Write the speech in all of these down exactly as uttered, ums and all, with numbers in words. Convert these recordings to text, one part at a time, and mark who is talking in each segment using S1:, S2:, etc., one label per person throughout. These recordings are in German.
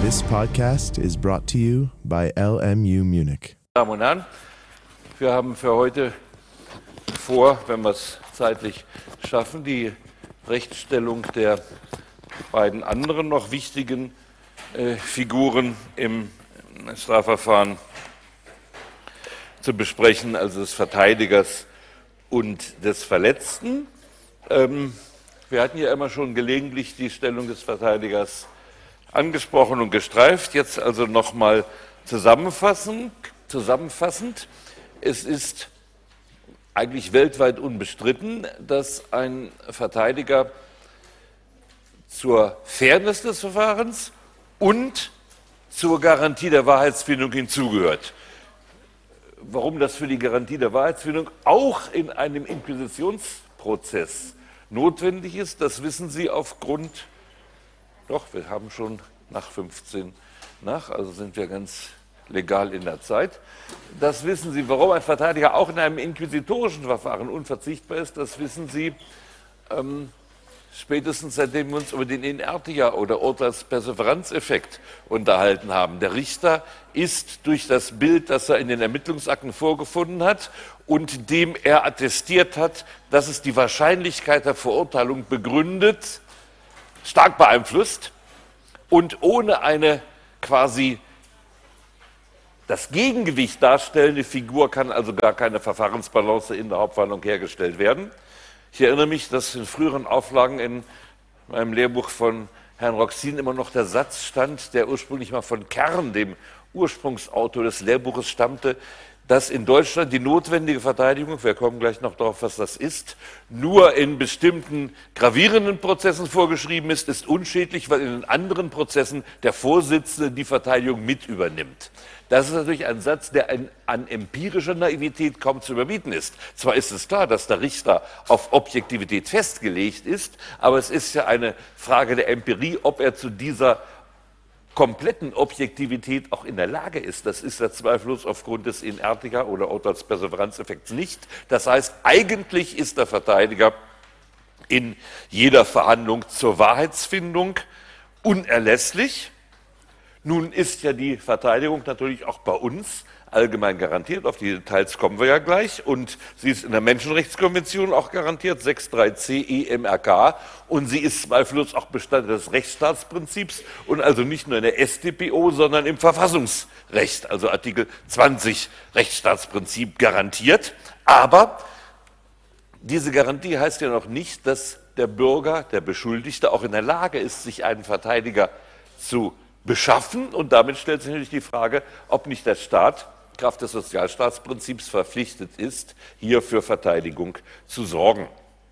S1: This podcast is brought to you by L M U Munich.
S2: Meine Damen und Herren, wir haben für heute vor, wenn wir es zeitlich schaffen, die Rechtsstellung der beiden anderen noch wichtigen äh, Figuren im Strafverfahren zu besprechen, also des Verteidigers und des Verletzten. Ähm, wir hatten ja immer schon gelegentlich die Stellung des Verteidigers angesprochen und gestreift, jetzt also nochmal zusammenfassen, zusammenfassend. Es ist eigentlich weltweit unbestritten, dass ein Verteidiger zur Fairness des Verfahrens und zur Garantie der Wahrheitsfindung hinzugehört. Warum das für die Garantie der Wahrheitsfindung auch in einem Inquisitionsprozess notwendig ist, das wissen Sie aufgrund, doch, wir haben schon nach fünfzehn nach, also sind wir ganz legal in der Zeit. Das wissen Sie, warum ein Verteidiger auch in einem inquisitorischen Verfahren unverzichtbar ist, das wissen Sie ähm, spätestens seitdem wir uns über den Inertia oder Urteilsperseveranzeffekt unterhalten haben. Der Richter ist durch das Bild, das er in den Ermittlungsakten vorgefunden hat und dem er attestiert hat, dass es die Wahrscheinlichkeit der Verurteilung begründet, stark beeinflusst und ohne eine quasi das Gegengewicht darstellende Figur kann also gar keine Verfahrensbalance in der Hauptverhandlung hergestellt werden. Ich erinnere mich, dass in früheren Auflagen in meinem Lehrbuch von Herrn Roxin immer noch der Satz stand, der ursprünglich mal von Kern, dem Ursprungsautor des Lehrbuches, stammte, dass in Deutschland die notwendige Verteidigung, wir kommen gleich noch darauf, was das ist, nur in bestimmten gravierenden Prozessen vorgeschrieben ist, ist unschädlich, weil in den anderen Prozessen der Vorsitzende die Verteidigung mit übernimmt. Das ist natürlich ein Satz, der an, an empirischer Naivität kaum zu überbieten ist. Zwar ist es klar, dass der Richter auf Objektivität festgelegt ist, aber es ist ja eine Frage der Empirie, ob er zu dieser kompletten Objektivität auch in der Lage ist. Das ist ja zweifellos aufgrund des Inertia oder Urteilsperseveranzeffekts nicht. Das heißt, eigentlich ist der Verteidiger in jeder Verhandlung zur Wahrheitsfindung unerlässlich. Nun ist ja die Verteidigung natürlich auch bei uns allgemein garantiert, auf die Details kommen wir ja gleich, und sie ist in der Menschenrechtskonvention auch garantiert, sechs Punkt drei c E M R K, und sie ist zweifellos auch Bestandteil des Rechtsstaatsprinzips und also nicht nur in der S t P O, sondern im Verfassungsrecht, also Artikel zwanzig Rechtsstaatsprinzip garantiert. Aber diese Garantie heißt ja noch nicht, dass der Bürger, der Beschuldigte, auch in der Lage ist, sich einen Verteidiger zu beschaffen, und damit stellt sich natürlich die Frage, ob nicht der Staat Kraft des Sozialstaatsprinzips verpflichtet ist, hier für Verteidigung zu sorgen.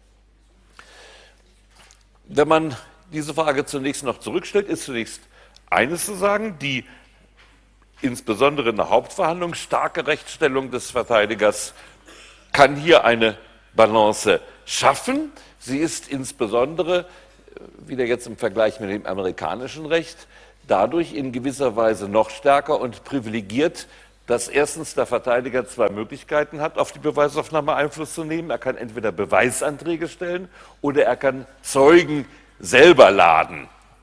S2: Wenn man diese Frage zunächst noch zurückstellt, ist zunächst eines zu sagen: Die insbesondere in der Hauptverhandlung starke Rechtsstellung des Verteidigers kann hier eine Balance schaffen. Sie ist insbesondere, wieder jetzt im Vergleich mit dem amerikanischen Recht, dadurch in gewisser Weise noch stärker und privilegiert, dass erstens der Verteidiger zwei Möglichkeiten hat, auf die Beweisaufnahme Einfluss zu nehmen. Er kann entweder Beweisanträge stellen oder er kann Zeugen selber laden.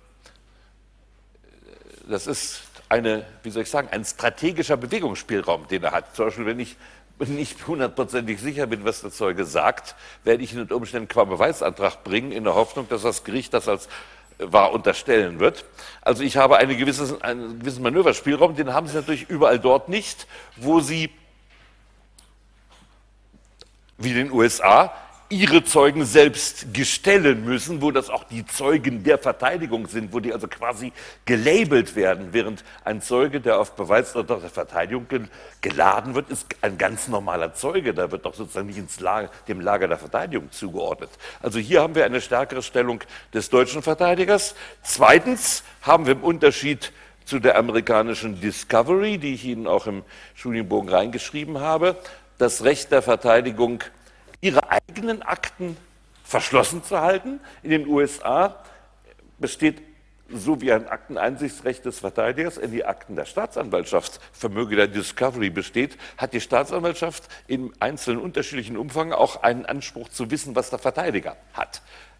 S2: Das ist eine, wie soll ich sagen, ein strategischer Bewegungsspielraum, den er hat. Zum Beispiel, wenn ich nicht hundertprozentig sicher bin, was der Zeuge sagt, werde ich ihn unter Umständen qua Beweisantrag bringen, in der Hoffnung, dass das Gericht das als wahr unterstellen wird. Also ich habe eine gewisse, einen gewissen Manöverspielraum, den haben Sie natürlich überall dort nicht, wo Sie, wie in den U S A, ihre Zeugen selbst gestellen müssen, wo das auch die Zeugen der Verteidigung sind, wo die also quasi gelabelt werden, während ein Zeuge, der auf Beweisantrag der Verteidigung geladen wird, ist ein ganz normaler Zeuge, da wird doch sozusagen nicht ins Lager, dem Lager der Verteidigung zugeordnet. Also hier haben wir eine stärkere Stellung des deutschen Verteidigers. Zweitens haben wir im Unterschied zu der amerikanischen Discovery, die ich Ihnen auch im Studienbogen reingeschrieben habe, das Recht der Verteidigung, ihre eigenen Akten verschlossen zu halten. In den U S A besteht so wie ein Akteneinsichtsrecht des Verteidigers in die Akten der Staatsanwaltschaft vermöge der Discovery besteht, hat die Staatsanwaltschaft in einzelnen unterschiedlichen Umfang auch einen Anspruch zu wissen, was der Verteidiger hat.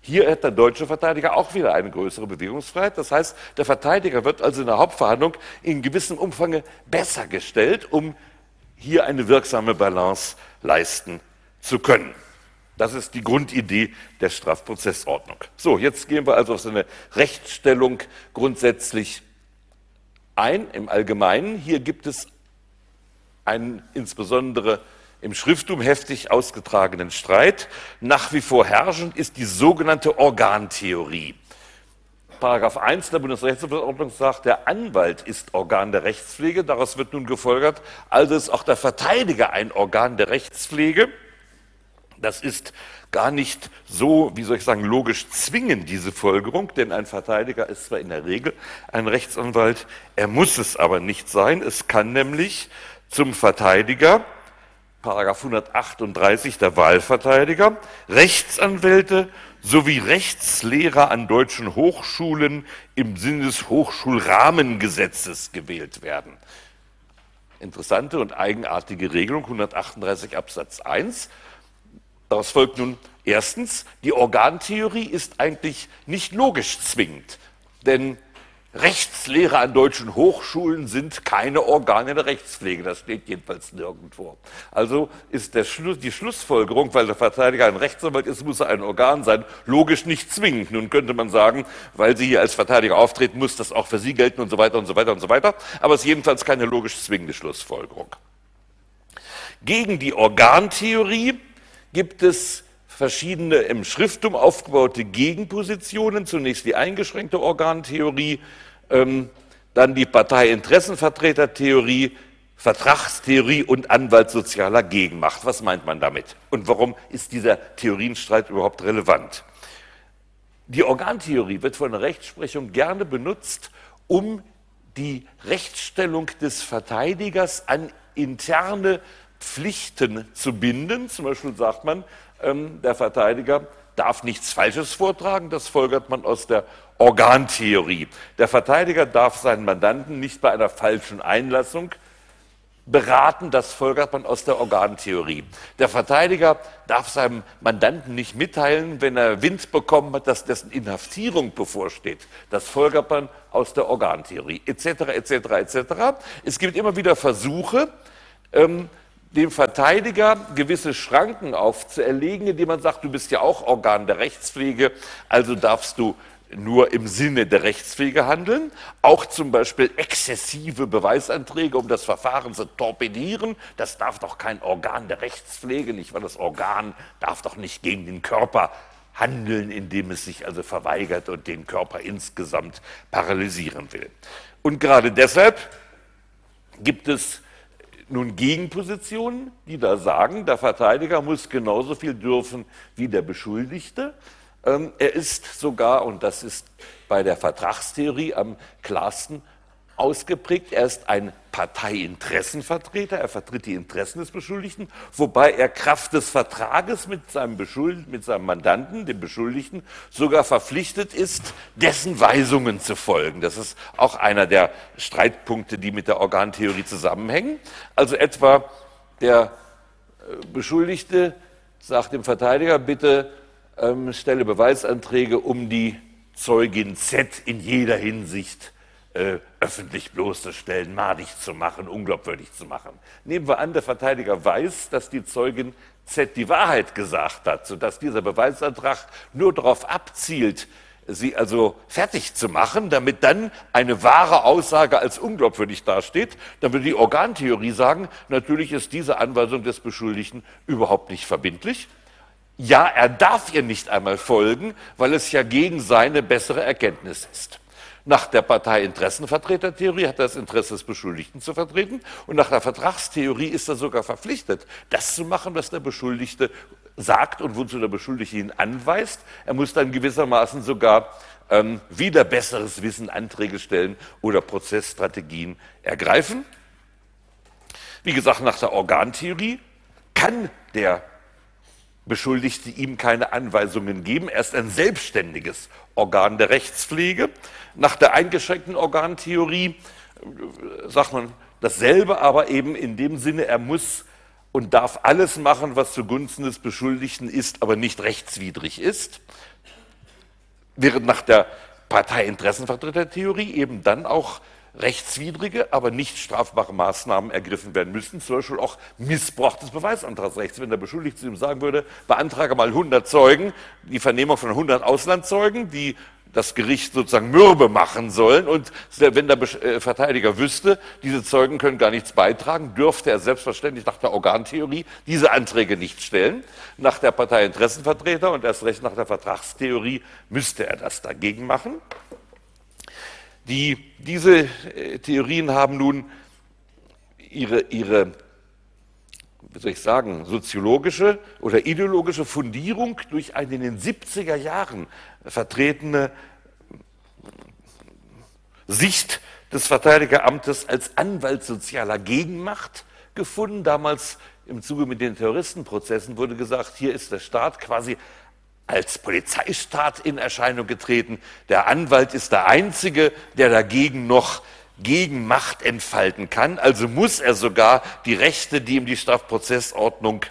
S2: Hier hat der deutsche Verteidiger auch wieder eine größere Bewegungsfreiheit. Das heißt, der Verteidiger wird also in der Hauptverhandlung in gewissem Umfang besser gestellt, um hier eine wirksame Balance leisten zu können. Das ist die Grundidee der Strafprozessordnung. So, jetzt gehen wir also auf so eine Rechtsstellung grundsätzlich ein, im Allgemeinen. Hier gibt es einen insbesondere im Schrifttum heftig ausgetragenen Streit. Nach wie vor herrschend ist die sogenannte Organtheorie. Paragraph eins der Bundesrechtsordnung sagt, der Anwalt ist Organ der Rechtspflege. Daraus wird nun gefolgert, also ist auch der Verteidiger ein Organ der Rechtspflege. Das ist gar nicht so, wie soll ich sagen, logisch zwingend, diese Folgerung, denn ein Verteidiger ist zwar in der Regel ein Rechtsanwalt, er muss es aber nicht sein. Es kann nämlich zum Verteidiger, Paragraph hundertachtunddreißig der Wahlverteidiger, Rechtsanwälte sowie Rechtslehrer an deutschen Hochschulen im Sinne des Hochschulrahmengesetzes gewählt werden. Interessante und eigenartige Regelung, hundertachtunddreißig Absatz eins. Daraus folgt nun erstens, die Organtheorie ist eigentlich nicht logisch zwingend, denn Rechtslehrer an deutschen Hochschulen sind keine Organe der Rechtspflege, das steht jedenfalls nirgendwo. Also ist der Schluss, die Schlussfolgerung, weil der Verteidiger ein Rechtsanwalt ist, muss er ein Organ sein, logisch nicht zwingend. Nun könnte man sagen, weil Sie hier als Verteidiger auftreten, muss das auch für Sie gelten und so weiter und so weiter und so weiter, aber es ist jedenfalls keine logisch zwingende Schlussfolgerung. Gegen die Organtheorie gibt es verschiedene im Schrifttum aufgebaute Gegenpositionen, zunächst die eingeschränkte Organtheorie, ähm, dann die Parteiinteressenvertretertheorie, Vertragstheorie und anwaltssozialer Gegenmacht. Was meint man damit? Und warum ist dieser Theorienstreit überhaupt relevant? Die Organtheorie wird von der Rechtsprechung gerne benutzt, um die Rechtsstellung des Verteidigers an interne Pflichten zu binden. Zum Beispiel sagt man, ähm, der Verteidiger darf nichts Falsches vortragen, das folgert man aus der Organtheorie. Der Verteidiger darf seinen Mandanten nicht bei einer falschen Einlassung beraten, das folgert man aus der Organtheorie. Der Verteidiger darf seinem Mandanten nicht mitteilen, wenn er Wind bekommen hat, dass dessen Inhaftierung bevorsteht. Das folgert man aus der Organtheorie, et cetera, et cetera, et cetera. Es gibt immer wieder Versuche, ähm, dem Verteidiger gewisse Schranken aufzuerlegen, indem man sagt, du bist ja auch Organ der Rechtspflege, also darfst du nur im Sinne der Rechtspflege handeln. Auch zum Beispiel exzessive Beweisanträge, um das Verfahren zu torpedieren, das darf doch kein Organ der Rechtspflege, nicht, weil das Organ darf doch nicht gegen den Körper handeln, indem es sich also verweigert und den Körper insgesamt paralysieren will. Und gerade deshalb gibt es nun Gegenpositionen, die da sagen, der Verteidiger muss genauso viel dürfen wie der Beschuldigte. Ähm, er ist sogar, und das ist bei der Vertragstheorie am klarsten ausgeprägt, er ist ein Parteiinteressenvertreter, er vertritt die Interessen des Beschuldigten, wobei er Kraft des Vertrages mit seinem, Beschuld, mit seinem Mandanten, dem Beschuldigten, sogar verpflichtet ist, dessen Weisungen zu folgen. Das ist auch einer der Streitpunkte, die mit der Organtheorie zusammenhängen. Also etwa der Beschuldigte sagt dem Verteidiger, bitte ähm, stelle Beweisanträge, um die Zeugin Z in jeder Hinsicht Äh, öffentlich bloßzustellen, madig zu machen, unglaubwürdig zu machen. Nehmen wir an, der Verteidiger weiß, dass die Zeugin Z die Wahrheit gesagt hat, sodass dieser Beweisantrag nur darauf abzielt, sie also fertig zu machen, damit dann eine wahre Aussage als unglaubwürdig dasteht. Dann würde die Organtheorie sagen, natürlich ist diese Anweisung des Beschuldigten überhaupt nicht verbindlich. Ja, er darf ihr nicht einmal folgen, weil es ja gegen seine bessere Erkenntnis ist. Nach der Parteiinteressenvertretertheorie hat er das Interesse des Beschuldigten zu vertreten und nach der Vertragstheorie ist er sogar verpflichtet, das zu machen, was der Beschuldigte sagt und wozu der Beschuldigte ihn anweist. Er muss dann gewissermaßen sogar ähm, wider besseres Wissen Anträge stellen oder Prozessstrategien ergreifen. Wie gesagt, nach der Organtheorie kann der Beschuldigte ihm keine Anweisungen geben. Er ist ein selbstständiges Organ der Rechtspflege. Nach der eingeschränkten Organtheorie äh, sagt man dasselbe, aber eben in dem Sinne, er muss und darf alles machen, was zugunsten des Beschuldigten ist, aber nicht rechtswidrig ist. während nach der Parteiinteressenvertretertheorie eben dann auch rechtswidrige, aber nicht strafbare Maßnahmen ergriffen werden müssten, zum Beispiel auch Missbrauch des Beweisantragsrechts. Wenn der Beschuldigte zu ihm sagen würde, beantrage mal hundert Zeugen, die Vernehmung von hundert Auslandszeugen, die das Gericht sozusagen mürbe machen sollen, und wenn der Verteidiger wüsste, diese Zeugen können gar nichts beitragen, dürfte er selbstverständlich nach der Organtheorie diese Anträge nicht stellen. Nach der Parteiinteressenvertreter und erst recht nach der Vertragstheorie müsste er das dagegen machen. Die, diese äh, Theorien haben nun ihre, ihre, wie soll ich sagen, soziologische oder ideologische Fundierung durch eine in den siebziger Jahren vertretene Sicht des Verteidigeramtes als Anwalt sozialer Gegenmacht gefunden. Damals im Zuge mit den Terroristenprozessen wurde gesagt, hier ist der Staat quasi als Polizeistaat in Erscheinung getreten. Der Anwalt ist der Einzige, der dagegen noch Gegenmacht entfalten kann. Also muss er sogar die Rechte, die ihm die Strafprozessordnung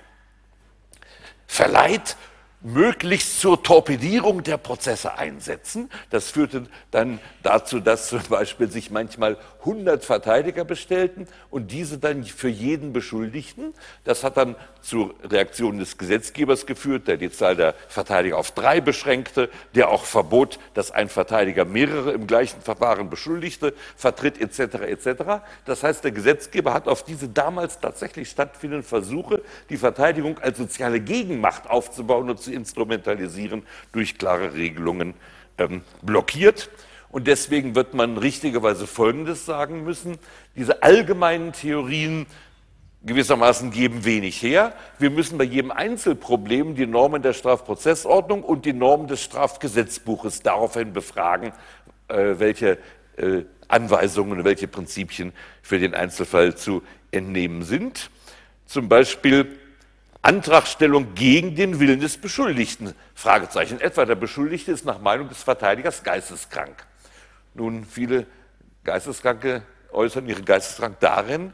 S2: verleiht, möglichst zur Torpedierung der Prozesse einsetzen. Das führte dann dazu, dass zum Beispiel sich manchmal hundert Verteidiger bestellten und diese dann für jeden Beschuldigten. Das hat dann zu Reaktionen des Gesetzgebers geführt, der die Zahl der Verteidiger auf drei beschränkte, der auch verbot, dass ein Verteidiger mehrere im gleichen Verfahren Beschuldigte vertritt, et cetera et cetera. Das heißt, der Gesetzgeber hat auf diese damals tatsächlich stattfindenden Versuche, die Verteidigung als soziale Gegenmacht aufzubauen und zu instrumentalisieren, durch klare Regelungen ähm, blockiert. Und deswegen wird man richtigerweise Folgendes sagen müssen: Diese allgemeinen Theorien gewissermaßen geben wenig her. Wir müssen bei jedem Einzelproblem die Normen der Strafprozessordnung und die Normen des Strafgesetzbuches daraufhin befragen, äh, welche äh, Anweisungen und welche Prinzipien für den Einzelfall zu entnehmen sind. Zum Beispiel Antragstellung gegen den Willen des Beschuldigten, Fragezeichen. Etwa der Beschuldigte ist nach Meinung des Verteidigers geisteskrank. Nun, viele Geisteskranke äußern ihre Geisteskrank darin,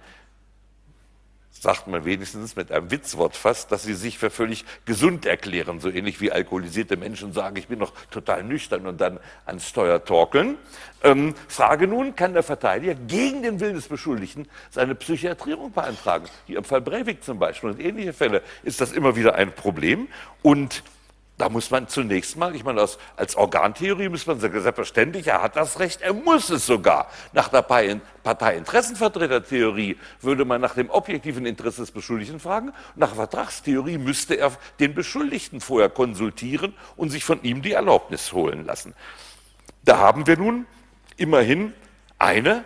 S2: sagt man wenigstens mit einem Witzwort fast, dass sie sich für völlig gesund erklären, so ähnlich wie alkoholisierte Menschen sagen, ich bin noch total nüchtern und dann ans Steuer torkeln. Ähm, Frage nun, kann der Verteidiger gegen den Willen des Beschuldigten seine Psychiatrierung beantragen? Hier im Fall Breivik zum Beispiel und ähnliche Fälle ist das immer wieder ein Problem, und da muss man zunächst mal, ich meine, als, als Organtheorie muss man sagen, selbstverständlich, er hat das Recht, er muss es sogar. Nach der Parteiinteressenvertretertheorie würde man nach dem objektiven Interesse des Beschuldigten fragen. Nach der Vertragstheorie müsste er den Beschuldigten vorher konsultieren und sich von ihm die Erlaubnis holen lassen. Da haben wir nun immerhin eine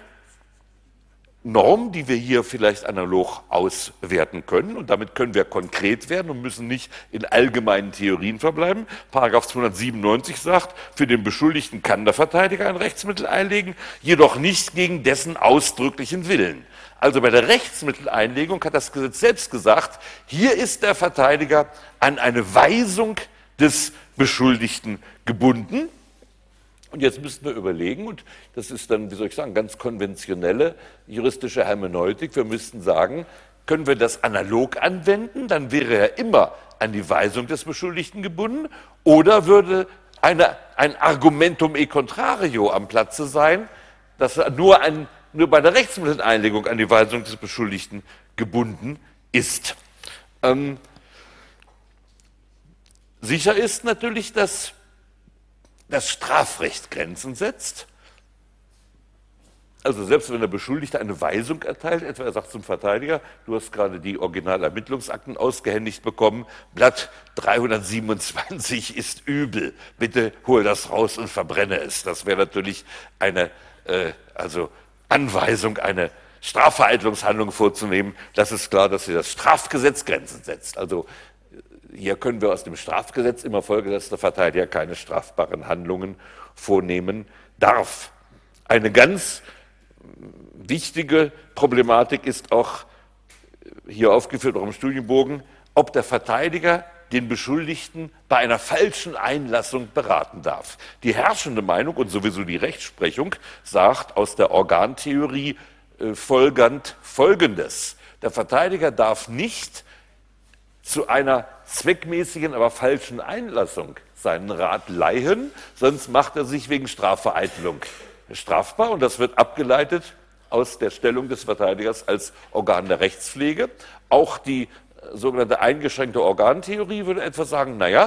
S2: Norm, die wir hier vielleicht analog auswerten können, und damit können wir konkret werden und müssen nicht in allgemeinen Theorien verbleiben. Paragraph zweihundertsiebenundneunzig sagt, für den Beschuldigten kann der Verteidiger ein Rechtsmittel einlegen, jedoch nicht gegen dessen ausdrücklichen Willen. Also bei der Rechtsmitteleinlegung hat das Gesetz selbst gesagt, hier ist der Verteidiger an eine Weisung des Beschuldigten gebunden. Und jetzt müssten wir überlegen, und das ist dann, wie soll ich sagen, ganz konventionelle juristische Hermeneutik, wir müssten sagen, können wir das analog anwenden, dann wäre er immer an die Weisung des Beschuldigten gebunden, oder würde eine, ein Argumentum e contrario am Platze sein, dass er nur, ein, nur bei der Rechtsmitteleinlegung an die Weisung des Beschuldigten gebunden ist. Ähm, sicher ist natürlich, dass das Strafrecht Grenzen setzt. Also selbst wenn der Beschuldigte eine Weisung erteilt, etwa er sagt zum Verteidiger, du hast gerade die Originalermittlungsakten ausgehändigt bekommen, Blatt dreihundertsiebenundzwanzig ist übel, bitte hol das raus und verbrenne es. Das wäre natürlich eine äh, also Anweisung, eine Strafvereitelungshandlung vorzunehmen. Das ist klar, dass hier das Strafgesetz Grenzen setzt. Also hier können wir aus dem Strafgesetz immer folgen, dass der Verteidiger keine strafbaren Handlungen vornehmen darf. Eine ganz wichtige Problematik ist auch hier aufgeführt, auch im Studienbogen, ob der Verteidiger den Beschuldigten bei einer falschen Einlassung beraten darf. Die herrschende Meinung und sowieso die Rechtsprechung sagt aus der Organtheorie äh, folgernd Folgendes: Der Verteidiger darf nicht zu einer zweckmäßigen, aber falschen Einlassung seinen Rat leihen, sonst macht er sich wegen Strafvereitelung strafbar. Und das wird abgeleitet aus der Stellung des Verteidigers als Organ der Rechtspflege. Auch die sogenannte eingeschränkte Organtheorie würde etwa sagen, naja,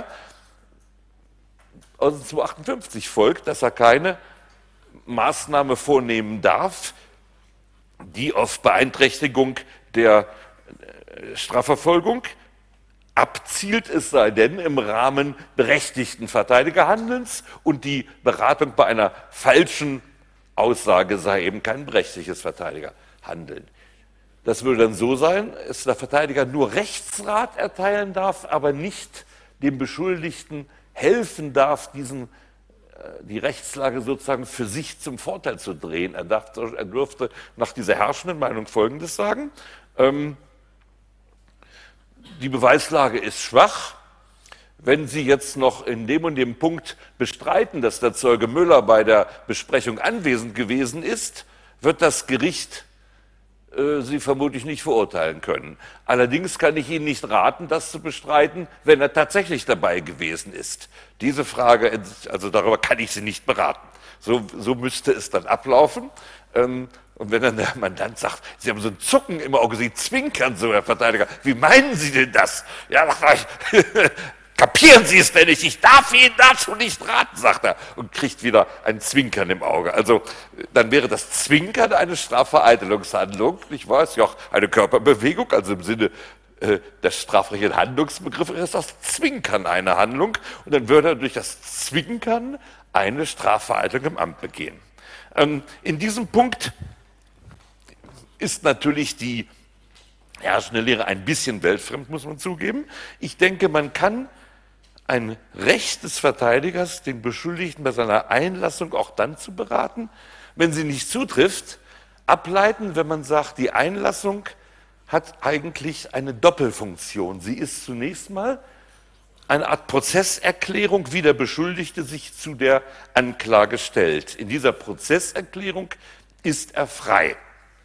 S2: aus zweihundertachtundfünfzig folgt, dass er keine Maßnahme vornehmen darf, die auf Beeinträchtigung der Strafverfolgung abzielt, es sei denn im Rahmen berechtigten Verteidigerhandelns, und die Beratung bei einer falschen Aussage sei eben kein berechtigtes Verteidigerhandeln. Das würde dann so sein, dass der Verteidiger nur Rechtsrat erteilen darf, aber nicht dem Beschuldigten helfen darf, diesen, die Rechtslage sozusagen für sich zum Vorteil zu drehen. Er, darf, er dürfte nach dieser herrschenden Meinung Folgendes sagen: ähm, Die Beweislage ist schwach. Wenn Sie jetzt noch in dem und dem Punkt bestreiten, dass der Zeuge Müller bei der Besprechung anwesend gewesen ist, wird das Gericht äh, Sie vermutlich nicht verurteilen können. Allerdings kann ich Ihnen nicht raten, das zu bestreiten, wenn er tatsächlich dabei gewesen ist. Diese Frage, also darüber kann ich Sie nicht beraten. So, so müsste es dann ablaufen. Ähm, Und wenn dann der Mandant sagt, Sie haben so ein Zucken im Auge, Sie zwinkern so, Herr Verteidiger, wie meinen Sie denn das? Ja, ich, kapieren Sie es denn nicht? Ich darf Ihnen dazu nicht raten, sagt er, und kriegt wieder ein Zwinkern im Auge. Also dann wäre das Zwinkern eine Strafvereitelungshandlung, nicht wahr? Ist ja auch eine Körperbewegung, also im Sinne äh, des strafrechtlichen Handlungsbegriffs ist das Zwinkern eine Handlung, und dann würde er durch das Zwinkern eine Strafvereitelung im Amt begehen. Ähm, in diesem Punkt ist natürlich die herrschende Lehre ein bisschen weltfremd, muss man zugeben. Ich denke, man kann ein Recht des Verteidigers, den Beschuldigten bei seiner Einlassung auch dann zu beraten, wenn sie nicht zutrifft, ableiten, wenn man sagt, die Einlassung hat eigentlich eine Doppelfunktion. Sie ist zunächst mal eine Art Prozesserklärung, wie der Beschuldigte sich zu der Anklage stellt. In dieser Prozesserklärung ist er frei.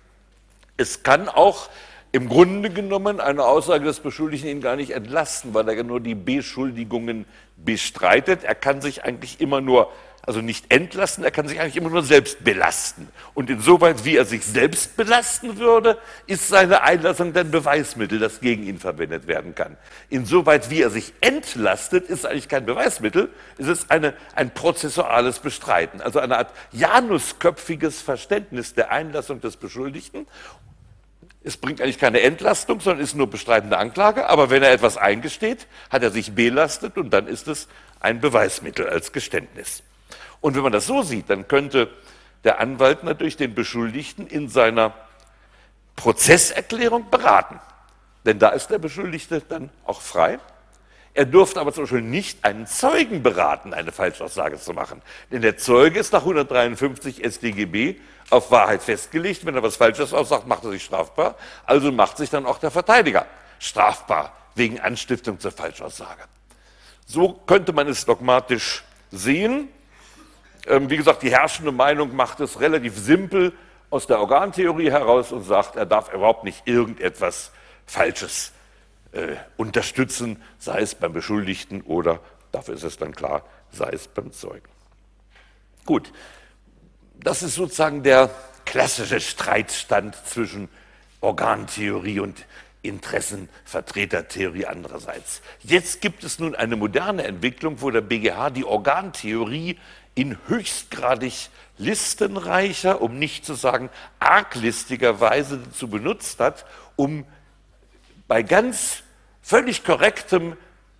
S2: Es kann auch im Grunde genommen eine Aussage des Beschuldigten ihn gar nicht entlasten, weil er ja nur die Beschuldigungen bestreitet. Er kann sich eigentlich immer nur, also nicht entlasten, er kann sich eigentlich immer nur selbst belasten. Und insoweit, wie er sich selbst belasten würde, ist seine Einlassung dann Beweismittel, das gegen ihn verwendet werden kann. Insoweit, wie er sich entlastet, ist eigentlich kein Beweismittel, es ist eine, ein prozessuales Bestreiten, also eine Art janusköpfiges Verständnis der Einlassung des Beschuldigten. Es bringt eigentlich keine Entlastung, sondern ist nur bestreitende Anklage. Aber wenn er etwas eingesteht, hat er sich belastet, und dann ist es ein Beweismittel als Geständnis. Und wenn man das so sieht, dann könnte der Anwalt natürlich den Beschuldigten in seiner Prozesserklärung beraten. Denn da ist der Beschuldigte dann auch frei. Er durfte aber zum Beispiel nicht einen Zeugen beraten, eine Falschaussage zu machen. Denn der Zeuge ist nach hundertdreiundfünfzig S t G B auf Wahrheit festgelegt. Wenn er was Falsches aussagt, macht er sich strafbar. Also macht sich dann auch der Verteidiger strafbar wegen Anstiftung zur Falschaussage. So könnte man es dogmatisch sehen. Ähm, wie gesagt, die herrschende Meinung macht es relativ simpel aus der Organtheorie heraus und sagt, er darf überhaupt nicht irgendetwas Falsches Äh, unterstützen, sei es beim Beschuldigten oder, dafür ist es dann klar, sei es beim Zeugen. Gut, das ist sozusagen der klassische Streitstand zwischen Organtheorie und Interessenvertretertheorie andererseits. Jetzt gibt es nun eine moderne Entwicklung, wo der B G H die Organtheorie in höchstgradig listenreicher, um nicht zu sagen arglistiger Weise dazu benutzt hat, um bei ganz völlig korrektem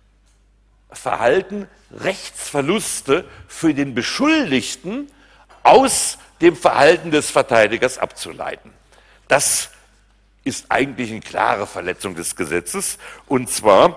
S2: Verhalten Rechtsverluste für den Beschuldigten aus dem Verhalten des Verteidigers abzuleiten. Das ist eigentlich eine klare Verletzung des Gesetzes, und zwar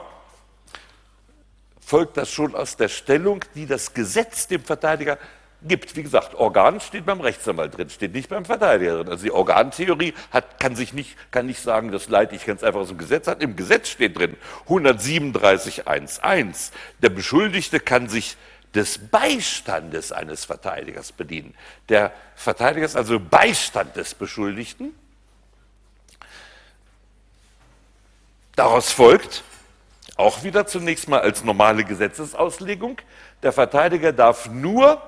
S2: folgt das schon aus der Stellung, die das Gesetz dem Verteidiger gibt. Wie gesagt, Organ steht beim Rechtsanwalt drin, steht nicht beim Verteidiger drin. Also die Organtheorie hat, kann sich nicht, kann nicht sagen, das leite ich ganz einfach aus dem Gesetz an. Im Gesetz steht drin, hundertsiebenunddreißig Absatz eins, der Beschuldigte kann sich des Beistandes eines Verteidigers bedienen. Der Verteidiger ist also Beistand des Beschuldigten. Daraus folgt, Auch wieder zunächst mal als normale Gesetzesauslegung. Der Verteidiger darf nur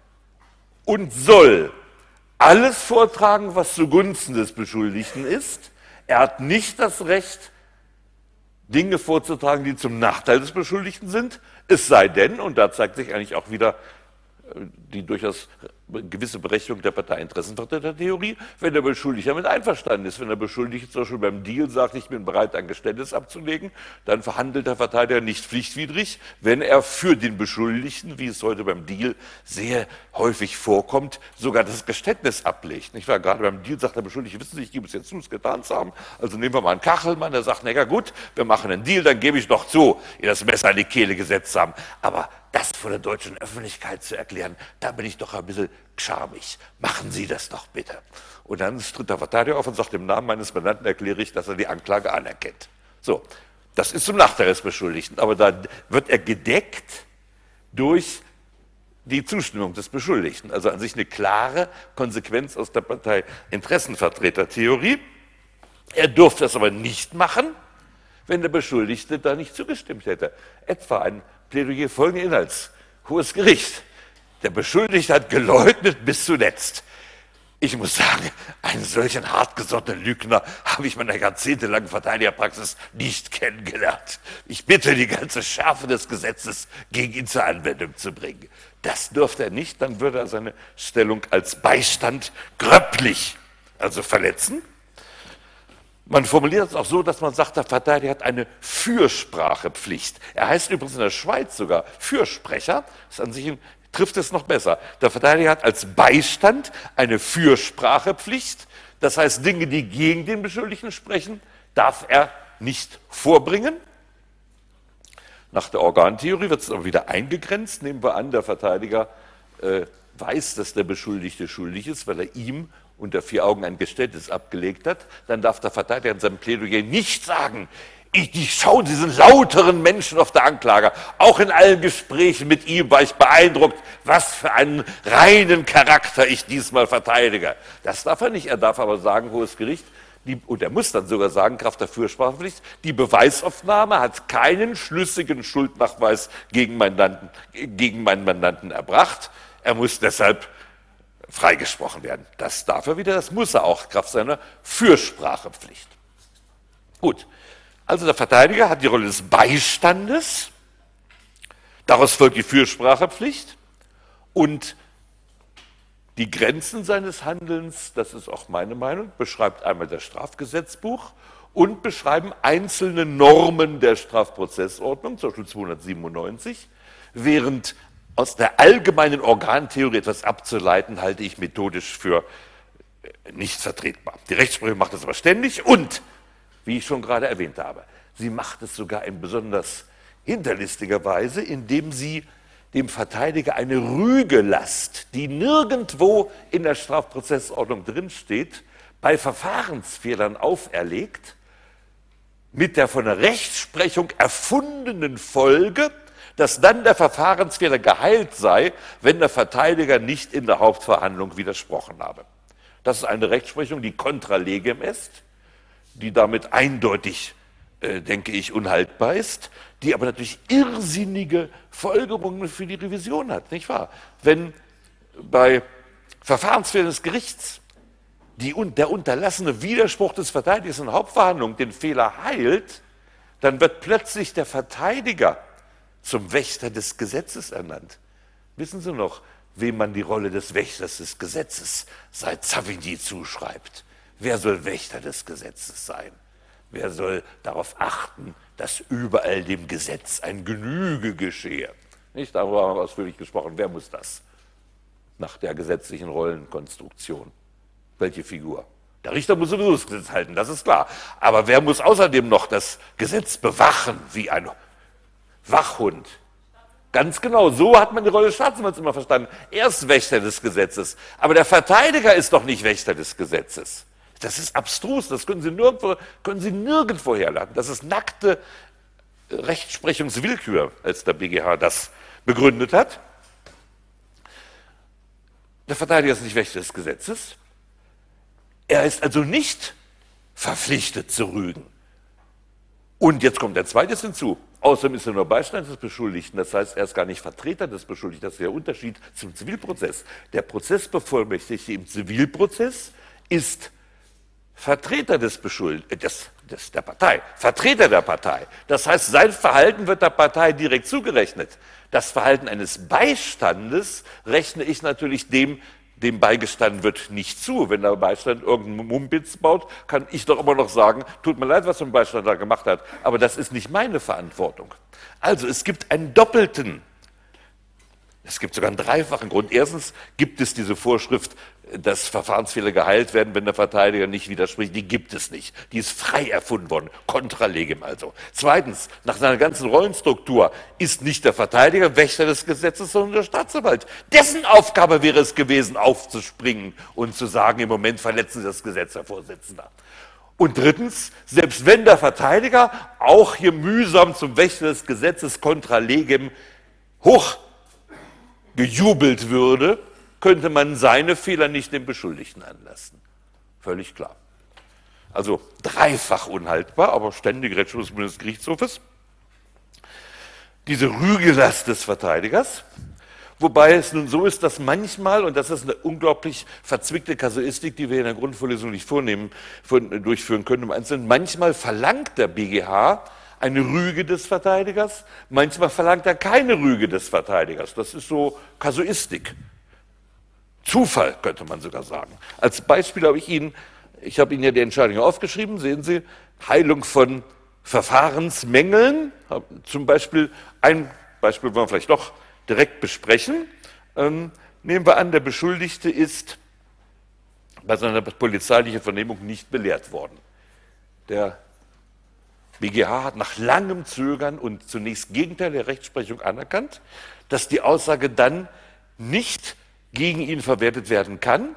S2: und soll alles vortragen, was zugunsten des Beschuldigten ist. Er hat nicht das Recht, Dinge vorzutragen, die zum Nachteil des Beschuldigten sind, es sei denn, und da zeigt sich eigentlich auch wieder die durchaus gewisse Berechtigung der Parteiinteressenvertretertheorie, wenn der Beschuldigte damit einverstanden ist. Wenn der Beschuldigte zum Beispiel beim Deal sagt, ich bin bereit, ein Geständnis abzulegen, dann verhandelt der Verteidiger nicht pflichtwidrig, wenn er für den Beschuldigten, wie es heute beim Deal sehr häufig vorkommt, sogar das Geständnis ablegt. Nicht wahr? Gerade beim Deal sagt der Beschuldigte, wissen Sie, ich gebe es jetzt zu, es getan zu haben, also nehmen wir mal einen Kachelmann, der sagt, na ja gut, wir machen einen Deal, dann gebe ich doch zu, ihr das Messer in die Kehle gesetzt haben. Aber das vor der deutschen Öffentlichkeit zu erklären, da bin ich doch ein bisschen schamig. Machen Sie das doch bitte. Und dann tritt der Verteidiger auf und sagt, im Namen meines Mandanten erkläre ich, dass er die Anklage anerkennt. So, das ist zum Nachteil des Beschuldigten, aber da wird er gedeckt durch die Zustimmung des Beschuldigten. Also an sich eine klare Konsequenz aus der Parteiinteressenvertretertheorie. Er durfte es aber nicht machen, wenn der Beschuldigte da nicht zugestimmt hätte. Etwa ein Plädoyer folgenden Inhalts. Hohes Gericht. Der Beschuldigte hat geleugnet bis zuletzt. Ich muss sagen, einen solchen hartgesottenen Lügner habe ich in meiner jahrzehntelangen Verteidigerpraxis nicht kennengelernt. Ich bitte, die ganze Schärfe des Gesetzes gegen ihn zur Anwendung zu bringen. Das dürfte er nicht, dann würde er seine Stellung als Beistand gröblich, also verletzen. Man formuliert es auch so, dass man sagt, der Verteidiger hat eine Fürsprachepflicht. Er heißt übrigens in der Schweiz sogar Fürsprecher. Das ist an sich, trifft es noch besser. Der Verteidiger hat als Beistand eine Fürsprachepflicht. Das heißt, Dinge, die gegen den Beschuldigten sprechen, darf er nicht vorbringen. Nach der Organtheorie wird es aber wieder eingegrenzt. Nehmen wir an, der Verteidiger äh, weiß, dass der Beschuldigte schuldig ist, weil er ihm unter vier Augen ein Geständnis abgelegt hat, dann darf der Verteidiger in seinem Plädoyer nicht sagen, ich, ich schaue diesen lauteren Menschen auf der Anklage. Auch in allen Gesprächen mit ihm war ich beeindruckt, was für einen reinen Charakter ich diesmal verteidige. Das darf er nicht. Er darf aber sagen, Hohes Gericht, die, und er muss dann sogar sagen, Kraft der Fürsprachepflicht, die Beweisaufnahme hat keinen schlüssigen Schuldnachweis gegen, Mandanten, gegen meinen Mandanten erbracht. Er muss deshalb freigesprochen werden. Das darf er wieder, das muss er auch, Kraft seiner Fürsprachepflicht. Gut, also der Verteidiger hat die Rolle des Beistandes, daraus folgt die Fürsprachepflicht und die Grenzen seines Handelns, das ist auch meine Meinung, beschreibt einmal das Strafgesetzbuch und beschreiben einzelne Normen der Strafprozessordnung, zum Beispiel zweihundertsiebenundneunzig, während aus der allgemeinen Organtheorie etwas abzuleiten, halte ich methodisch für nicht vertretbar. Die Rechtsprechung macht das aber ständig und, wie ich schon gerade erwähnt habe, sie macht es sogar in besonders hinterlistiger Weise, indem sie dem Verteidiger eine Rügelast, die nirgendwo in der Strafprozessordnung drinsteht, bei Verfahrensfehlern auferlegt, mit der von der Rechtsprechung erfundenen Folge, dass dann der Verfahrensfehler geheilt sei, wenn der Verteidiger nicht in der Hauptverhandlung widersprochen habe. Das ist eine Rechtsprechung, die contra legem ist, die damit eindeutig, äh, denke ich, unhaltbar ist, die aber natürlich irrsinnige Folgerungen für die Revision hat, nicht wahr? Wenn bei Verfahrensfehlern des Gerichts die, der unterlassene Widerspruch des Verteidigers in der Hauptverhandlung den Fehler heilt, dann wird plötzlich der Verteidiger zum Wächter des Gesetzes ernannt. Wissen Sie noch, wem man die Rolle des Wächters des Gesetzes seit Savigny zuschreibt? Wer soll Wächter des Gesetzes sein? Wer soll darauf achten, dass überall dem Gesetz ein Genüge geschehe? Nicht, darüber haben wir ausführlich gesprochen. Wer muss das? Nach der gesetzlichen Rollenkonstruktion. Welche Figur? Der Richter muss sowieso das Gesetz halten, das ist klar. Aber wer muss außerdem noch das Gesetz bewachen, wie ein Wachhund? Ganz genau, so hat man die Rolle des Staatsanwalts immer verstanden. Er ist Wächter des Gesetzes, aber der Verteidiger ist doch nicht Wächter des Gesetzes. Das ist abstrus, das können Sie nirgendwo, können Sie nirgendwo herleiten. Das ist nackte Rechtsprechungswillkür, als der B G H das begründet hat. Der Verteidiger ist nicht Wächter des Gesetzes. Er ist also nicht verpflichtet zu rügen. Und jetzt kommt der Zweite hinzu. Außerdem ist er nur Beistand des Beschuldigten, das heißt, er ist gar nicht Vertreter des Beschuldigten. Das ist der Unterschied zum Zivilprozess. Der Prozessbevollmächtigte im Zivilprozess ist Vertreter des Beschuldigten, des, des, der Partei, Vertreter der Partei. Das heißt, sein Verhalten wird der Partei direkt zugerechnet. Das Verhalten eines Beistandes rechne ich natürlich dem, dem beigestanden wird, nicht zu. Wenn der Beistand irgendeinen Mumpitz baut, kann ich doch immer noch sagen, tut mir leid, was so ein Beistand da gemacht hat, aber das ist nicht meine Verantwortung. Also es gibt einen doppelten, es gibt sogar einen dreifachen Grund. Erstens gibt es diese Vorschrift, dass Verfahrensfehler geheilt werden, wenn der Verteidiger nicht widerspricht. Die gibt es nicht. Die ist frei erfunden worden, contra legem also. Zweitens, nach seiner ganzen Rollenstruktur ist nicht der Verteidiger Wächter des Gesetzes, sondern der Staatsanwalt. Dessen Aufgabe wäre es gewesen, aufzuspringen und zu sagen, im Moment verletzen Sie das Gesetz, Herr Vorsitzender. Und drittens, selbst wenn der Verteidiger auch hier mühsam zum Wächter des Gesetzes contra legem hoch gejubelt würde, könnte man seine Fehler nicht dem Beschuldigten anlassen. Völlig klar. Also dreifach unhaltbar, aber ständige Rechtsprechung des Bundesgerichtshofes. Diese Rügelast des Verteidigers, wobei es nun so ist, dass manchmal, und das ist eine unglaublich verzwickte Kasuistik, die wir in der Grundvorlesung nicht vornehmen, durchführen können im Einzelnen, manchmal verlangt der B G H eine Rüge des Verteidigers, manchmal verlangt er keine Rüge des Verteidigers. Das ist so Kasuistik. Zufall, könnte man sogar sagen. Als Beispiel habe ich Ihnen, ich habe Ihnen ja die Entscheidung aufgeschrieben, sehen Sie, Heilung von Verfahrensmängeln, zum Beispiel, ein Beispiel wollen wir vielleicht doch direkt besprechen. Ähm, nehmen wir an, der Beschuldigte ist bei seiner polizeilichen Vernehmung nicht belehrt worden. Der B G H hat nach langem Zögern und zunächst Gegenteil der Rechtsprechung anerkannt, dass die Aussage dann nicht gegen ihn verwertet werden kann,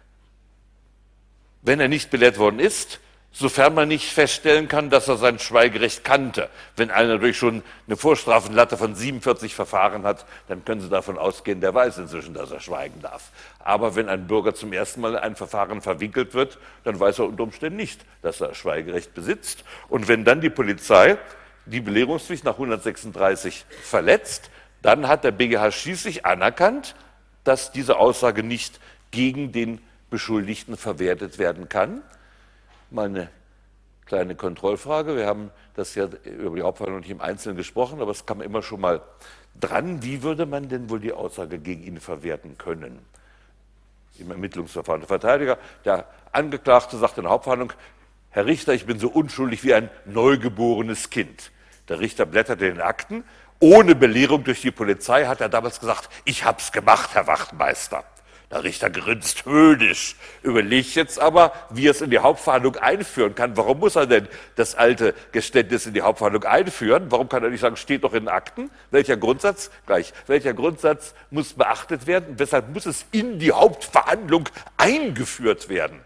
S2: wenn er nicht belehrt worden ist, sofern man nicht feststellen kann, dass er sein Schweigerecht kannte. Wenn einer natürlich schon eine Vorstrafenlatte von siebenundvierzig Verfahren hat, dann können Sie davon ausgehen, der weiß inzwischen, dass er schweigen darf. Aber wenn ein Bürger zum ersten Mal in ein Verfahren verwickelt wird, dann weiß er unter Umständen nicht, dass er Schweigerecht besitzt. Und wenn dann die Polizei die Belehrungspflicht nach hundertsechsunddreißig verletzt, dann hat der B G H schließlich anerkannt, dass diese Aussage nicht gegen den Beschuldigten verwertet werden kann. Mal eine kleine Kontrollfrage. Wir haben das ja über die Hauptverhandlung nicht im Einzelnen gesprochen, aber es kam immer schon mal dran. Wie würde man denn wohl die Aussage gegen ihn verwerten können? Im Ermittlungsverfahren. Der Verteidiger, der Angeklagte sagt in der Hauptverhandlung, Herr Richter, ich bin so unschuldig wie ein neugeborenes Kind. Der Richter blätterte in den Akten. Ohne Belehrung durch die Polizei hat er damals gesagt, ich hab's gemacht, Herr Wachtmeister. Der Richter grinst höhnisch, überlegt jetzt aber, wie er es in die Hauptverhandlung einführen kann. Warum muss er denn das alte Geständnis in die Hauptverhandlung einführen? Warum kann er nicht sagen, steht doch in den Akten? Welcher Grundsatz? Gleich. Welcher Grundsatz muss beachtet werden? Und weshalb muss es in die Hauptverhandlung eingeführt werden?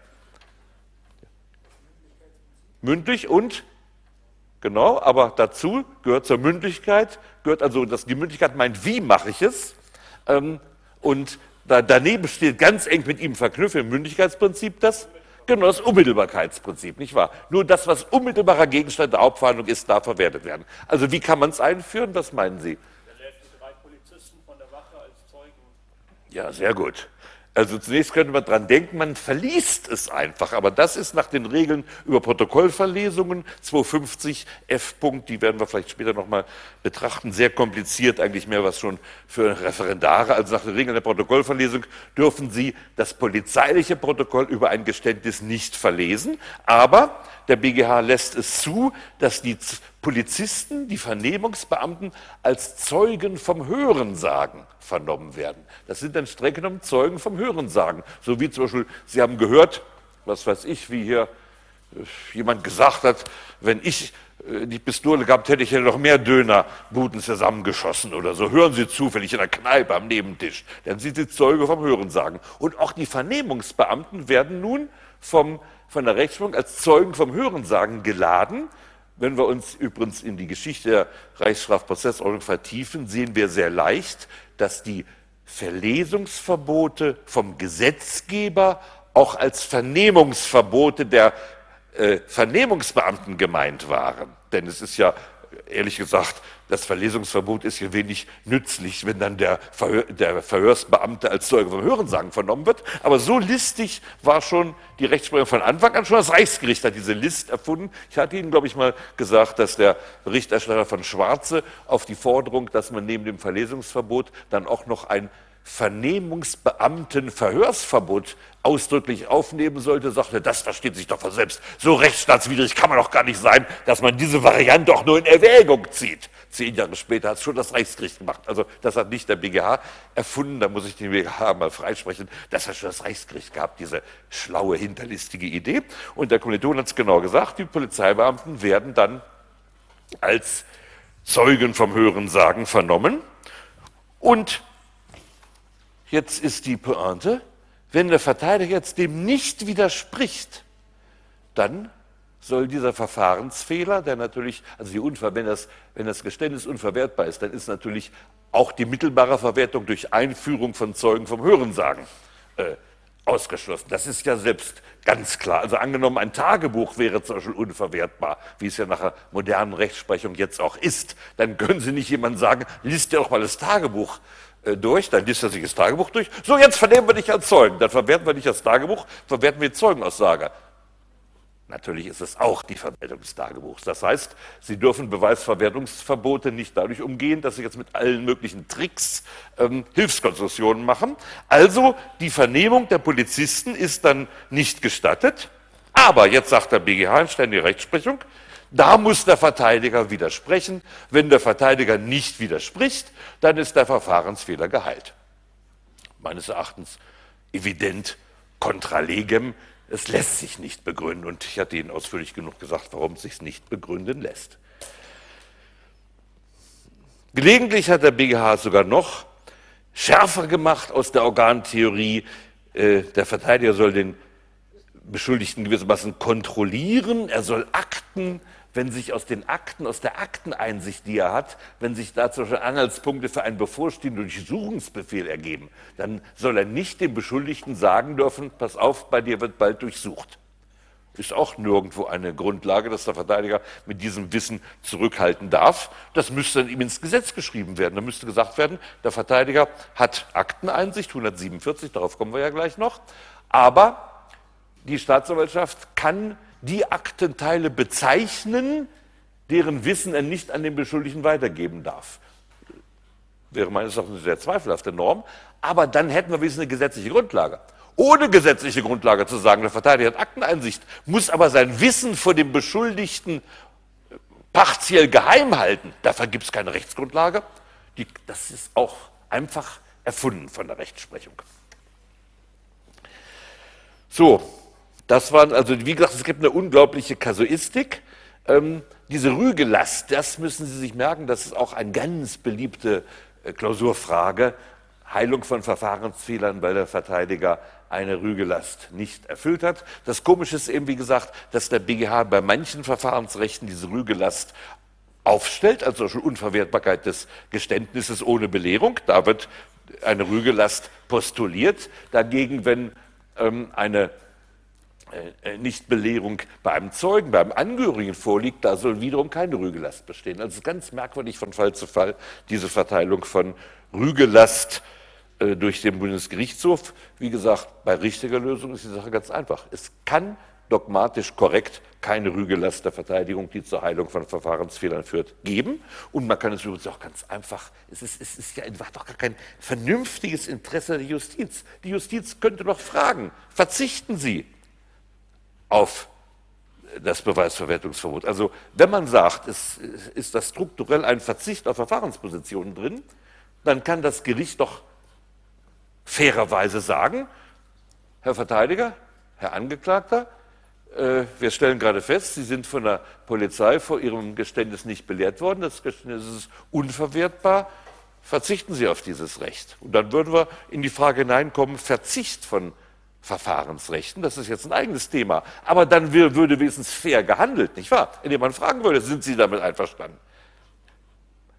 S2: Mündlich und? Genau, aber dazu gehört zur Mündlichkeit, gehört also, dass die Mündlichkeit meint, wie mache ich es? Ähm, und da, daneben steht ganz eng mit ihm verknüpft im Mündigkeitsprinzip das, genau das Unmittelbarkeitsprinzip, nicht wahr? Nur das, was unmittelbarer Gegenstand der Hauptverhandlung ist, darf verwertet werden. Also wie kann man es einführen? Was meinen Sie?
S3: Er lädt die drei Polizisten von der Wache als Zeugen.
S2: Ja, sehr gut. Also zunächst könnte man dran denken, man verliest es einfach, aber das ist nach den Regeln über Protokollverlesungen zweihundertfünfzig F. Die werden wir vielleicht später nochmal betrachten, sehr kompliziert, eigentlich mehr was schon für Referendare. Also nach den Regeln der Protokollverlesung dürfen Sie das polizeiliche Protokoll über ein Geständnis nicht verlesen, aber der B G H lässt es zu, dass die Polizisten, die Vernehmungsbeamten als Zeugen vom Hörensagen vernommen werden. Das sind dann streng genommen Zeugen vom Hörensagen. So wie zum Beispiel, Sie haben gehört, was weiß ich, wie hier jemand gesagt hat, wenn ich die Pistole gehabt hätte, ich hätte noch mehr Dönerbuden zusammengeschossen oder so. Hören Sie zufällig in der Kneipe am Nebentisch. Dann sind Sie Zeuge vom Hörensagen. Und auch die Vernehmungsbeamten werden nun vom, von der Rechtsprechung als Zeugen vom Hörensagen geladen. Wenn wir uns übrigens in die Geschichte der Reichsstrafprozessordnung vertiefen, sehen wir sehr leicht, dass die Verlesungsverbote vom Gesetzgeber auch als Vernehmungsverbote der äh, Vernehmungsbeamten gemeint waren. Denn es ist ja ehrlich gesagt, das Verlesungsverbot ist hier wenig nützlich, wenn dann der, Verhör, der Verhörsbeamte als Zeuge vom Hörensagen vernommen wird. Aber so listig war schon die Rechtsprechung von Anfang an. Schon das Reichsgericht hat diese List erfunden. Ich hatte Ihnen, glaube ich, mal gesagt, dass der Berichterstatter von Schwarze auf die Forderung, dass man neben dem Verlesungsverbot dann auch noch ein Vernehmungsbeamtenverhörsverbot ausdrücklich aufnehmen sollte, sagte, das versteht sich doch von selbst. So rechtsstaatswidrig kann man doch gar nicht sein, dass man diese Variante auch nur in Erwägung zieht. Zehn Jahre später hat es schon das Reichsgericht gemacht. Also das hat nicht der B G H erfunden, da muss ich den B G H mal freisprechen. Das hat schon das Reichsgericht gehabt, diese schlaue, hinterlistige Idee. Und der Kommilitone hat es genau gesagt, die Polizeibeamten werden dann als Zeugen vom Hörensagen vernommen. Und jetzt ist die Pointe, wenn der Verteidiger jetzt dem nicht widerspricht, dann soll dieser Verfahrensfehler, der natürlich, also die Unver wenn, das, wenn das Geständnis unverwertbar ist, dann ist natürlich auch die mittelbare Verwertung durch Einführung von Zeugen vom Hörensagen äh, ausgeschlossen. Das ist ja selbst ganz klar. Also angenommen, ein Tagebuch wäre zum Beispiel unverwertbar, wie es ja nach der modernen Rechtsprechung jetzt auch ist, dann können Sie nicht jemandem sagen, liest dir doch mal das Tagebuch durch, dann liest er sich das Tagebuch durch. So, jetzt vernehmen wir dich als Zeugen. Dann verwerten wir nicht das Tagebuch, verwerten wir die Zeugenaussage. Natürlich ist es auch die Verwertung des Tagebuchs. Das heißt, Sie dürfen Beweisverwertungsverbote nicht dadurch umgehen, dass Sie jetzt mit allen möglichen Tricks ähm, Hilfskonstruktionen machen. Also die Vernehmung der Polizisten ist dann nicht gestattet. Aber jetzt sagt der B G H in ständiger Rechtsprechung, da muss der Verteidiger widersprechen. Wenn der Verteidiger nicht widerspricht, dann ist der Verfahrensfehler geheilt. Meines Erachtens evident contra legem. Es lässt sich nicht begründen. Und ich hatte Ihnen ausführlich genug gesagt, warum es sich nicht begründen lässt. Gelegentlich hat der B G H sogar noch schärfer gemacht aus der Organtheorie. Der Verteidiger soll den Beschuldigten gewissermaßen kontrollieren. Er soll Akten, wenn sich aus den Akten, aus der Akteneinsicht, die er hat, wenn sich da zum Beispiel Anhaltspunkte für einen bevorstehenden Durchsuchungsbefehl ergeben, dann soll er nicht dem Beschuldigten sagen dürfen, pass auf, bei dir wird bald durchsucht. Ist auch nirgendwo eine Grundlage, dass der Verteidiger mit diesem Wissen zurückhalten darf. Das müsste dann ihm ins Gesetz geschrieben werden. Da müsste gesagt werden, der Verteidiger hat Akteneinsicht, hundertsiebenundvierzig, darauf kommen wir ja gleich noch, aber die Staatsanwaltschaft kann die Aktenteile bezeichnen, deren Wissen er nicht an den Beschuldigten weitergeben darf. Wäre meines Erachtens eine sehr zweifelhafte Norm, aber dann hätten wir wenigstens eine gesetzliche Grundlage. Ohne gesetzliche Grundlage zu sagen, der Verteidiger hat Akteneinsicht, muss aber sein Wissen vor dem Beschuldigten partiell geheim halten. Dafür gibt es keine Rechtsgrundlage. Die, das ist auch einfach erfunden von der Rechtsprechung. So. Das waren also, wie gesagt, es gibt eine unglaubliche Kasuistik. Ähm, diese Rügelast, das müssen Sie sich merken, das ist auch eine ganz beliebte äh, Klausurfrage. Heilung von Verfahrensfehlern, weil der Verteidiger eine Rügelast nicht erfüllt hat. Das Komische ist eben, wie gesagt, dass der B G H bei manchen Verfahrensrechten diese Rügelast aufstellt, also schon Unverwertbarkeit des Geständnisses ohne Belehrung. Da wird eine Rügelast postuliert. Dagegen, wenn ähm, eine Nichtbelehrung bei einem Zeugen, beim Angehörigen vorliegt, da soll wiederum keine Rügelast bestehen. Also es ist ganz merkwürdig von Fall zu Fall, diese Verteilung von Rügelast äh, durch den Bundesgerichtshof. Wie gesagt, bei richtiger Lösung ist die Sache ganz einfach. Es kann dogmatisch korrekt keine Rügelast der Verteidigung, die zur Heilung von Verfahrensfehlern führt, geben. Und man kann es übrigens auch ganz einfach, es ist, es ist ja einfach doch gar kein vernünftiges Interesse der Justiz. Die Justiz könnte doch fragen, verzichten Sie auf das Beweisverwertungsverbot. Also wenn man sagt, es ist da strukturell ein Verzicht auf Verfahrenspositionen drin, dann kann das Gericht doch fairerweise sagen, Herr Verteidiger, Herr Angeklagter, äh, wir stellen gerade fest, Sie sind von der Polizei vor Ihrem Geständnis nicht belehrt worden, das Geständnis ist unverwertbar, verzichten Sie auf dieses Recht. Und dann würden wir in die Frage hineinkommen, Verzicht von Verfahrensrechten, das ist jetzt ein eigenes Thema, aber dann würde wenigstens fair gehandelt, nicht wahr? Indem man fragen würde, sind Sie damit einverstanden?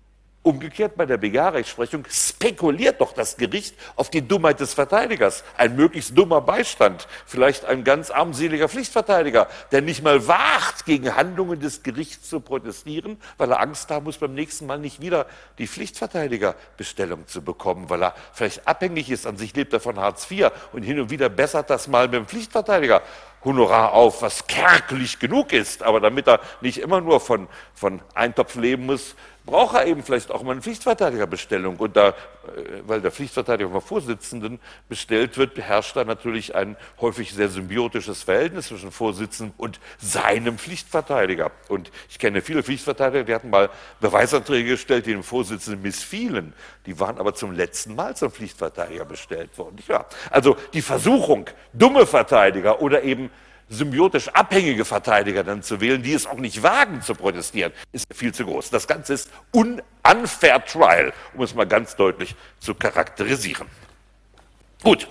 S2: Umgekehrt bei der B G H-Rechtsprechung spekuliert doch das Gericht auf die Dummheit des Verteidigers. Ein möglichst dummer Beistand, vielleicht ein ganz armseliger Pflichtverteidiger, der nicht mal wagt, gegen Handlungen des Gerichts zu protestieren, weil er Angst haben muss, beim nächsten Mal nicht wieder die Pflichtverteidigerbestellung zu bekommen, weil er vielleicht abhängig ist, an sich lebt er von Hartz vier und hin und wieder bessert das mal mit dem Pflichtverteidiger Honorar auf, was kärglich genug ist, aber damit er nicht immer nur von, von Eintopf leben muss, braucht er eben vielleicht auch mal eine Pflichtverteidigerbestellung. Und da, weil der Pflichtverteidiger vom Vorsitzenden bestellt wird, herrscht da natürlich ein häufig sehr symbiotisches Verhältnis zwischen Vorsitzenden und seinem Pflichtverteidiger. Und ich kenne viele Pflichtverteidiger, die hatten mal Beweisanträge gestellt, die dem Vorsitzenden missfielen. Die waren aber zum letzten Mal zum Pflichtverteidiger bestellt worden. Ja, also die Versuchung, dumme Verteidiger oder eben symbiotisch abhängige Verteidiger dann zu wählen, die es auch nicht wagen zu protestieren, ist viel zu groß. Das Ganze ist un unfair trial, um es mal ganz deutlich zu charakterisieren. Gut.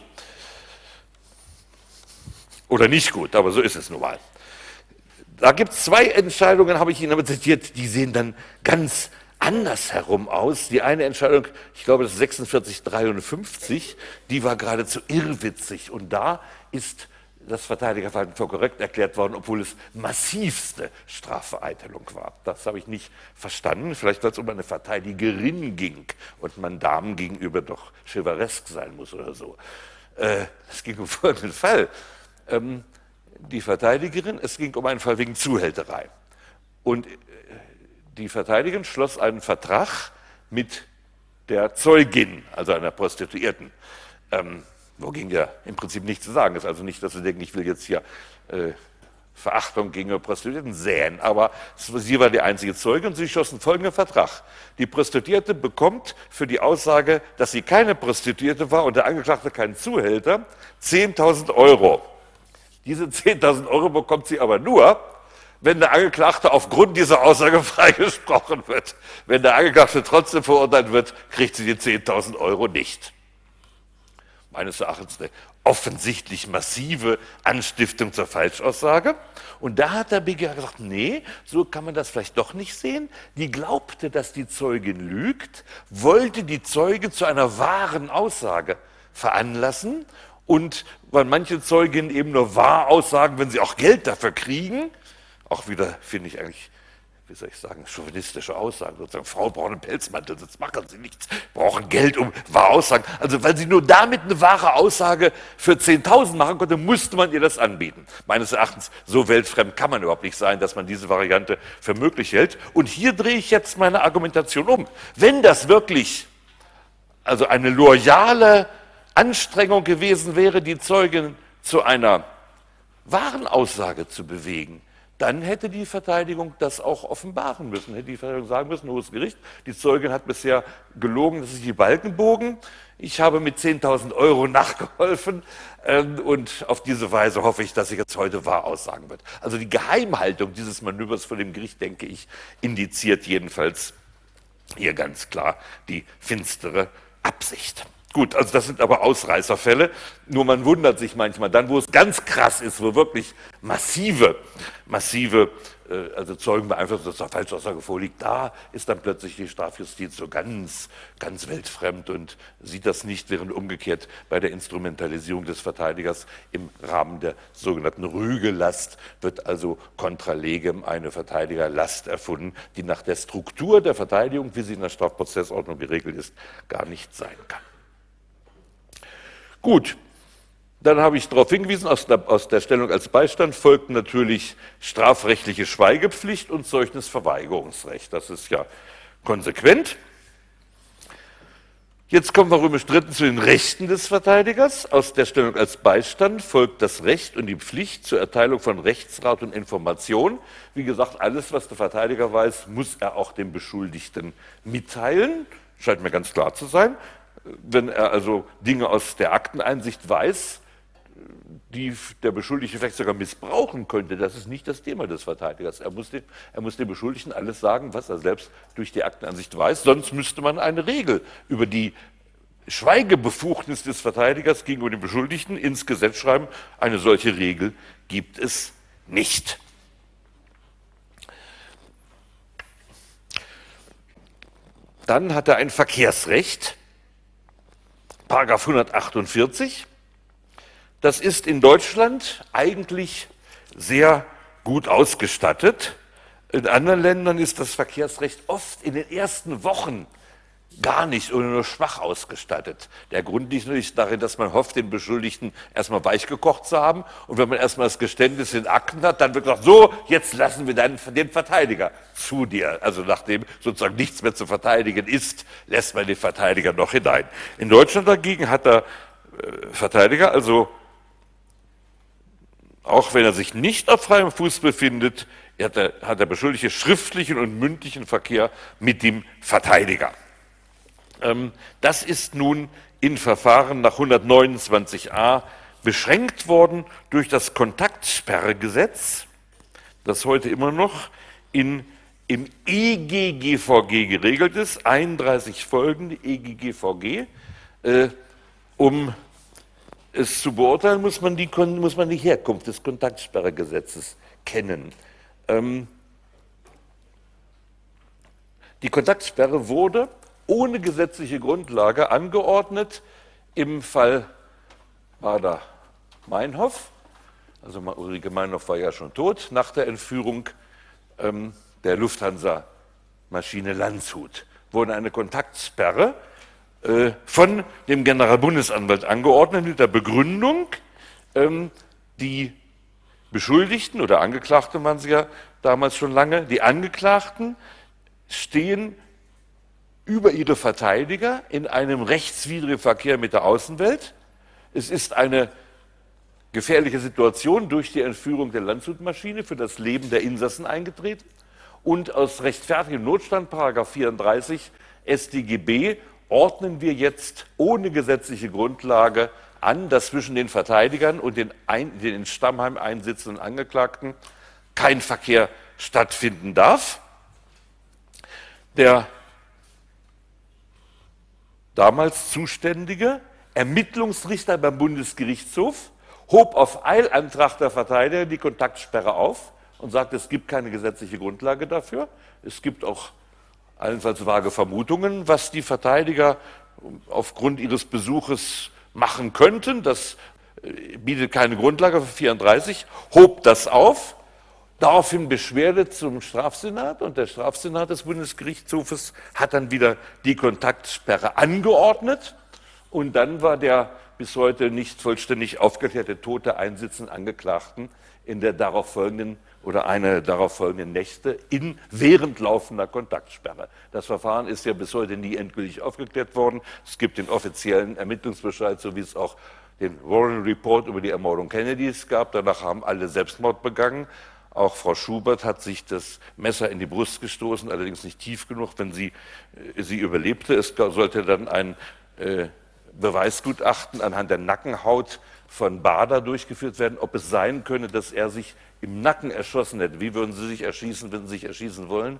S2: Oder nicht gut, aber so ist es nun mal. Da gibt es zwei Entscheidungen, habe ich Ihnen aber zitiert, die sehen dann ganz anders herum aus. Die eine Entscheidung, ich glaube, das ist sechsundvierzig dreiundfünfzig, die war geradezu irrwitzig. Und da ist das Verteidigerverhalten für korrekt erklärt worden, obwohl es massivste Strafvereitelung war. Das habe ich nicht verstanden, vielleicht weil es um eine Verteidigerin ging und man Damen gegenüber doch chivaresk sein muss oder so. Äh, es ging um folgenden Fall. Ähm, die Verteidigerin, es ging um einen Fall wegen Zuhälterei. Und die Verteidigerin schloss einen Vertrag mit der Zeugin, also einer Prostituierten. Ähm, Wogegen ja im Prinzip nichts zu sagen ist. Also nicht, dass Sie denken, ich will jetzt hier äh, Verachtung gegenüber Prostituierten säen, aber sie war die einzige Zeuge und sie schlossen folgenden Vertrag. Die Prostituierte bekommt für die Aussage, dass sie keine Prostituierte war und der Angeklagte kein Zuhälter, zehntausend Euro. Diese zehntausend Euro bekommt sie aber nur, wenn der Angeklagte aufgrund dieser Aussage freigesprochen wird. Wenn der Angeklagte trotzdem verurteilt wird, kriegt sie die zehntausend Euro nicht. Meines Erachtens eine offensichtlich massive Anstiftung zur Falschaussage. Und da hat der B G H gesagt, nee, so kann man das vielleicht doch nicht sehen. Die glaubte, dass die Zeugin lügt, wollte die Zeugin zu einer wahren Aussage veranlassen. Und weil manche Zeuginnen eben nur wahr aussagen, wenn sie auch Geld dafür kriegen, auch wieder, finde ich eigentlich, wie soll ich sagen, chauvinistische Aussagen, sozusagen, Frauen brauchen einen Pelzmantel, sonst machen sie nichts, brauchen Geld, um wahre Aussagen. Also weil sie nur damit eine wahre Aussage für zehntausend machen konnte, musste man ihr das anbieten. Meines Erachtens, so weltfremd kann man überhaupt nicht sein, dass man diese Variante für möglich hält. Und hier drehe ich jetzt meine Argumentation um. Wenn das wirklich also eine loyale Anstrengung gewesen wäre, die Zeugin zu einer wahren Aussage zu bewegen, dann hätte die Verteidigung das auch offenbaren müssen. Hätte die Verteidigung sagen müssen, hohes Gericht, die Zeugin hat bisher gelogen, dass sich die Balken bogen. Ich habe mit zehntausend Euro nachgeholfen ähm, und auf diese Weise hoffe ich, dass sie jetzt heute wahr aussagen wird. Also die Geheimhaltung dieses Manövers vor dem Gericht, denke ich, indiziert jedenfalls hier ganz klar die finstere Absicht. Gut, also das sind aber Ausreißerfälle, nur man wundert sich manchmal dann, wo es ganz krass ist, wo wirklich massive, massive, äh, also Zeugenbeeinflussung, dass da Falschaussage vorliegt, da ist dann plötzlich die Strafjustiz so ganz, ganz weltfremd und sieht das nicht, während umgekehrt bei der Instrumentalisierung des Verteidigers im Rahmen der sogenannten Rügelast wird also contra legem eine Verteidigerlast erfunden, die nach der Struktur der Verteidigung, wie sie in der Strafprozessordnung geregelt ist, gar nicht sein kann. Gut, dann habe ich darauf hingewiesen, aus der, aus der Stellung als Beistand folgt natürlich strafrechtliche Schweigepflicht und Zeugnisverweigerungsrecht. Das ist ja konsequent. Jetzt kommen wir römisch drittens zu den Rechten des Verteidigers. Aus der Stellung als Beistand folgt das Recht und die Pflicht zur Erteilung von Rechtsrat und Information. Wie gesagt, alles, was der Verteidiger weiß, muss er auch dem Beschuldigten mitteilen. Scheint mir ganz klar zu sein. Wenn er also Dinge aus der Akteneinsicht weiß, die der Beschuldigte vielleicht sogar missbrauchen könnte, das ist nicht das Thema des Verteidigers. Er muss, den, er muss dem Beschuldigten alles sagen, was er selbst durch die Akteneinsicht weiß, sonst müsste man eine Regel über die Schweigebefugnis des Verteidigers gegenüber dem Beschuldigten ins Gesetz schreiben. Eine solche Regel gibt es nicht. Dann hat er ein Verkehrsrecht, Paragraph hundertachtundvierzig. Das ist in Deutschland eigentlich sehr gut ausgestattet. In anderen Ländern ist das Verkehrsrecht oft in den ersten Wochen gar nicht oder nur schwach ausgestattet. Der Grund liegt natürlich darin, dass man hofft, den Beschuldigten erstmal weichgekocht zu haben. Und wenn man erstmal das Geständnis in Akten hat, dann wird gesagt, so, jetzt lassen wir dann den Verteidiger zu dir. Also nachdem sozusagen nichts mehr zu verteidigen ist, lässt man den Verteidiger noch hinein. In Deutschland dagegen hat der äh, Verteidiger, also auch wenn er sich nicht auf freiem Fuß befindet, hat der, hat der Beschuldigte schriftlichen und mündlichen Verkehr mit dem Verteidiger. Das ist nun in Verfahren nach hundertneunundzwanzig a beschränkt worden durch das Kontaktsperregesetz, das heute immer noch in, im E G G V G geregelt ist, einunddreißig folgende E G G V G. Äh, um es zu beurteilen, muss man die, muss man die Herkunft des Kontaktsperregesetzes kennen. Ähm, die Kontaktsperre wurde ohne gesetzliche Grundlage angeordnet im Fall Baader-Meinhof. Also Ulrike Meinhof war ja schon tot, nach der Entführung ähm, der Lufthansa-Maschine Landshut wurde eine Kontaktsperre äh, von dem Generalbundesanwalt angeordnet mit der Begründung, ähm, die Beschuldigten oder Angeklagten waren sie ja damals schon lange, die Angeklagten stehen über ihre Verteidiger in einem rechtswidrigen Verkehr mit der Außenwelt. Es ist eine gefährliche Situation durch die Entführung der Landshut-Maschine für das Leben der Insassen eingetreten. Und aus rechtfertigem Notstand, Paragraph vierunddreißig S t G B, ordnen wir jetzt ohne gesetzliche Grundlage an, dass zwischen den Verteidigern und den, ein, den in Stammheim einsitzenden Angeklagten kein Verkehr stattfinden darf. Der damals zuständige Ermittlungsrichter beim Bundesgerichtshof hob auf Eilantrag der Verteidiger die Kontaktsperre auf und sagte, es gibt keine gesetzliche Grundlage dafür. Es gibt auch allenfalls vage Vermutungen, was die Verteidiger aufgrund ihres Besuches machen könnten. Das bietet keine Grundlage für vierunddreißig, hob das auf. Daraufhin Beschwerde zum Strafsenat und der Strafsenat des Bundesgerichtshofes hat dann wieder die Kontaktsperre angeordnet und dann war der bis heute nicht vollständig aufgeklärte Tod der einsitzenden Angeklagten in der darauf folgenden oder eine der darauf folgenden Nächte in während laufender Kontaktsperre. Das Verfahren ist ja bis heute nie endgültig aufgeklärt worden. Es gibt den offiziellen Ermittlungsbescheid, so wie es auch den Warren Report über die Ermordung Kennedys gab. Danach haben alle Selbstmord begangen. Auch Frau Schubert hat sich das Messer in die Brust gestoßen, allerdings nicht tief genug, wenn sie, äh, sie überlebte. Es sollte dann ein äh, Beweisgutachten anhand der Nackenhaut von Baader durchgeführt werden, ob es sein könne, dass er sich im Nacken erschossen hätte. Wie würden Sie sich erschießen, wenn Sie sich erschießen wollen?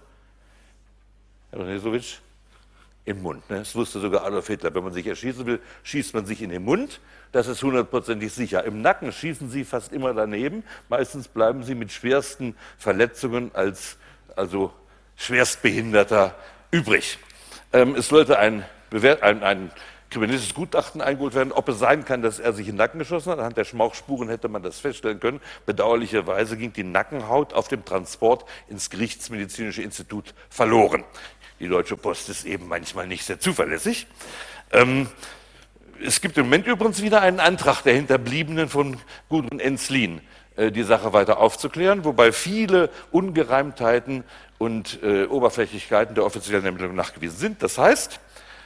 S2: Herr Donesowitsch? Im Mund. Ne? Das wusste sogar Adolf Hitler. Wenn man sich erschießen will, schießt man sich in den Mund. Das ist hundertprozentig sicher. Im Nacken schießen Sie fast immer daneben. Meistens bleiben Sie mit schwersten Verletzungen als also Schwerstbehinderter übrig. Ähm, es sollte ein, ein, ein kriminalistisches Gutachten eingeholt werden, ob es sein kann, dass er sich in den Nacken geschossen hat. Anhand der Schmauchspuren hätte man das feststellen können. Bedauerlicherweise ging die Nackenhaut auf dem Transport ins Gerichtsmedizinische Institut verloren. Die Deutsche Post ist eben manchmal nicht sehr zuverlässig. Ähm, es gibt im Moment übrigens wieder einen Antrag der Hinterbliebenen von Gudrun Enzlin, äh, die Sache weiter aufzuklären, wobei viele Ungereimtheiten und äh, Oberflächlichkeiten der offiziellen Ermittlungen nachgewiesen sind. Das heißt,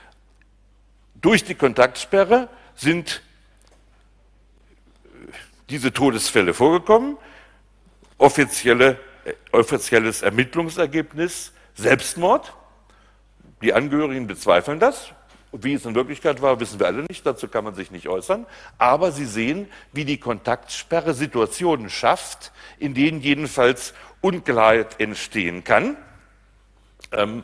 S2: durch die Kontaktsperre sind diese Todesfälle vorgekommen. Offizielle, äh, offizielles Ermittlungsergebnis Selbstmord. Die Angehörigen bezweifeln das. Wie es in Wirklichkeit war, wissen wir alle nicht. Dazu kann man sich nicht äußern. Aber Sie sehen, wie die Kontaktsperre Situationen schafft, in denen jedenfalls Unklarheit entstehen kann. Ähm,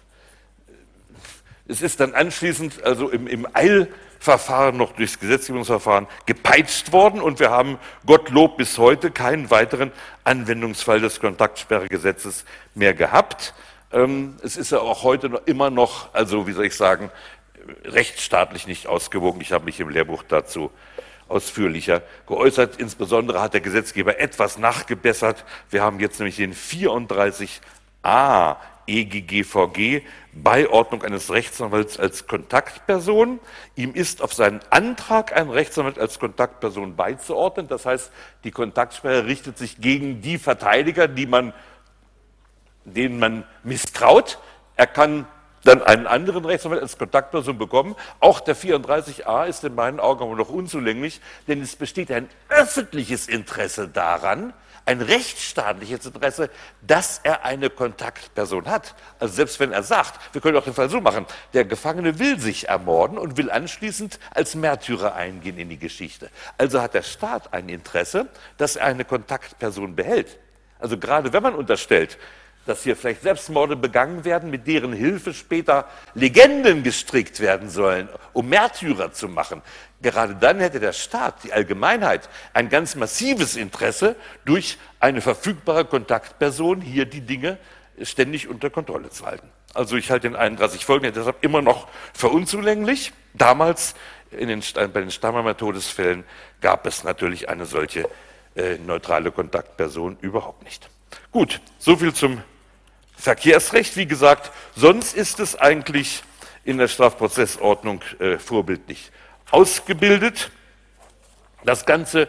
S2: es ist dann anschließend, also im, im Eilverfahren noch durchs Gesetzgebungsverfahren gepeitscht worden und wir haben Gottlob bis heute keinen weiteren Anwendungsfall des Kontaktsperregesetzes mehr gehabt. Ähm, es ist ja auch heute noch, immer noch, also wie soll ich sagen, rechtsstaatlich nicht ausgewogen. Ich habe mich im Lehrbuch dazu ausführlicher geäußert. Insbesondere hat der Gesetzgeber etwas nachgebessert. Wir haben jetzt nämlich den vierunddreißig a E G G V G, Beiordnung eines Rechtsanwalts als Kontaktperson. Ihm ist auf seinen Antrag, einen Rechtsanwalt als Kontaktperson beizuordnen. Das heißt, die Kontaktsperre richtet sich gegen die Verteidiger, die man, denen man misstraut. Er kann dann einen anderen Rechtsanwalt als Kontaktperson bekommen. Auch der vierunddreißig a ist in meinen Augen aber noch unzulänglich, denn es besteht ein öffentliches Interesse daran, ein rechtsstaatliches Interesse, dass er eine Kontaktperson hat. Also selbst wenn er sagt, wir können auch den Fall so machen, der Gefangene will sich ermorden und will anschließend als Märtyrer eingehen in die Geschichte. Also hat der Staat ein Interesse, dass er eine Kontaktperson behält. Also gerade wenn man unterstellt, dass hier vielleicht Selbstmorde begangen werden, mit deren Hilfe später Legenden gestrickt werden sollen, um Märtyrer zu machen. Gerade dann hätte der Staat, die Allgemeinheit, ein ganz massives Interesse, durch eine verfügbare Kontaktperson hier die Dinge ständig unter Kontrolle zu halten. Also ich halte den einunddreißig folgenden deshalb immer noch für unzulänglich. Damals in den, bei den Stammheimer Todesfällen gab es natürlich eine solche äh, neutrale Kontaktperson überhaupt nicht. Gut, soviel zum Verkehrsrecht. Wie gesagt, sonst ist es eigentlich in der Strafprozessordnung äh, vorbildlich ausgebildet. Das Ganze,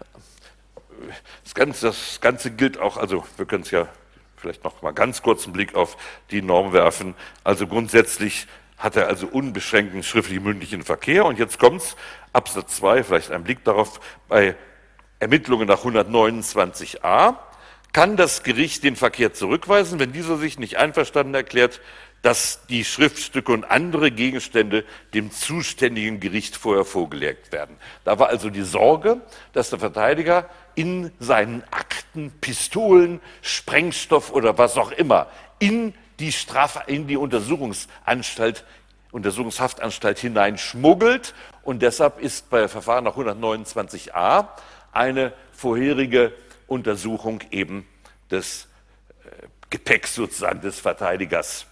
S2: das Ganze, das Ganze gilt auch, also wir können es ja vielleicht noch mal ganz kurz einen Blick auf die Norm werfen. Also grundsätzlich hat er also unbeschränkten schriftlichen mündlichen Verkehr. Und jetzt kommt's, Absatz zwei, vielleicht ein Blick darauf, bei Ermittlungen nach hundertneunundzwanzig a kann das Gericht den Verkehr zurückweisen, wenn dieser sich nicht einverstanden erklärt, dass die Schriftstücke und andere Gegenstände dem zuständigen Gericht vorher vorgelegt werden. Da war also die Sorge, dass der Verteidiger in seinen Akten Pistolen, Sprengstoff oder was auch immer in die Straf, in die Untersuchungsanstalt, Untersuchungshaftanstalt hineinschmuggelt, und deshalb ist bei Verfahren nach hundertneunundzwanzig a eine vorherige Untersuchung eben des äh, Gepäcks sozusagen des Verteidigers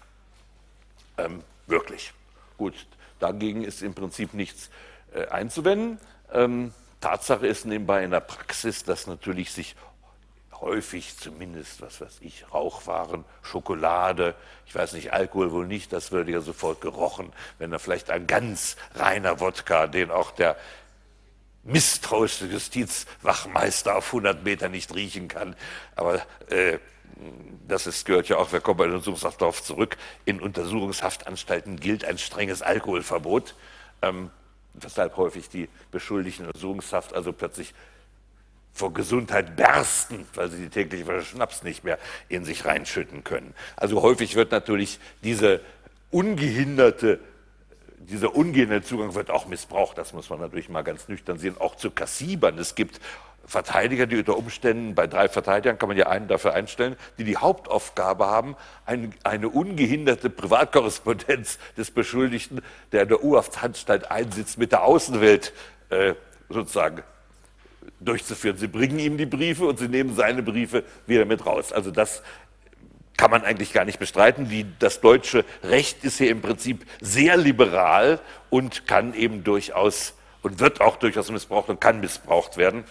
S2: ähm, wirklich. Gut, dagegen ist im Prinzip nichts äh, einzuwenden. Ähm, Tatsache ist nebenbei in der Praxis, dass natürlich sich häufig zumindest, was weiß ich, Rauchwaren, Schokolade, ich weiß nicht, Alkohol wohl nicht, das würde ja sofort gerochen, wenn da vielleicht ein ganz reiner Wodka, den auch der misstrauische Justizwachmeister auf hundert Meter nicht riechen kann. Aber äh, das ist, gehört ja auch, wir kommen bei der Untersuchungshaft darauf zurück, in Untersuchungshaftanstalten gilt ein strenges Alkoholverbot, ähm, weshalb häufig die Beschuldigten in Untersuchungshaft also plötzlich vor Gesundheit bersten, weil sie die tägliche Flasche Schnaps nicht mehr in sich reinschütten können. Also häufig wird natürlich diese ungehinderte Dieser ungehinderte Zugang wird auch missbraucht, das muss man natürlich mal ganz nüchtern sehen, auch zu Kassibern. Es gibt Verteidiger, die unter Umständen, bei drei Verteidigern kann man ja einen dafür einstellen, die die Hauptaufgabe haben, ein, eine ungehinderte Privatkorrespondenz des Beschuldigten, der in der U-Haft-Anstalt einsitzt, mit der Außenwelt äh, sozusagen durchzuführen. Sie bringen ihm die Briefe und sie nehmen seine Briefe wieder mit raus. Also das kann man eigentlich gar nicht bestreiten. Die, das deutsche Recht ist hier im Prinzip sehr liberal und kann eben durchaus und wird auch durchaus missbraucht und kann missbraucht werden.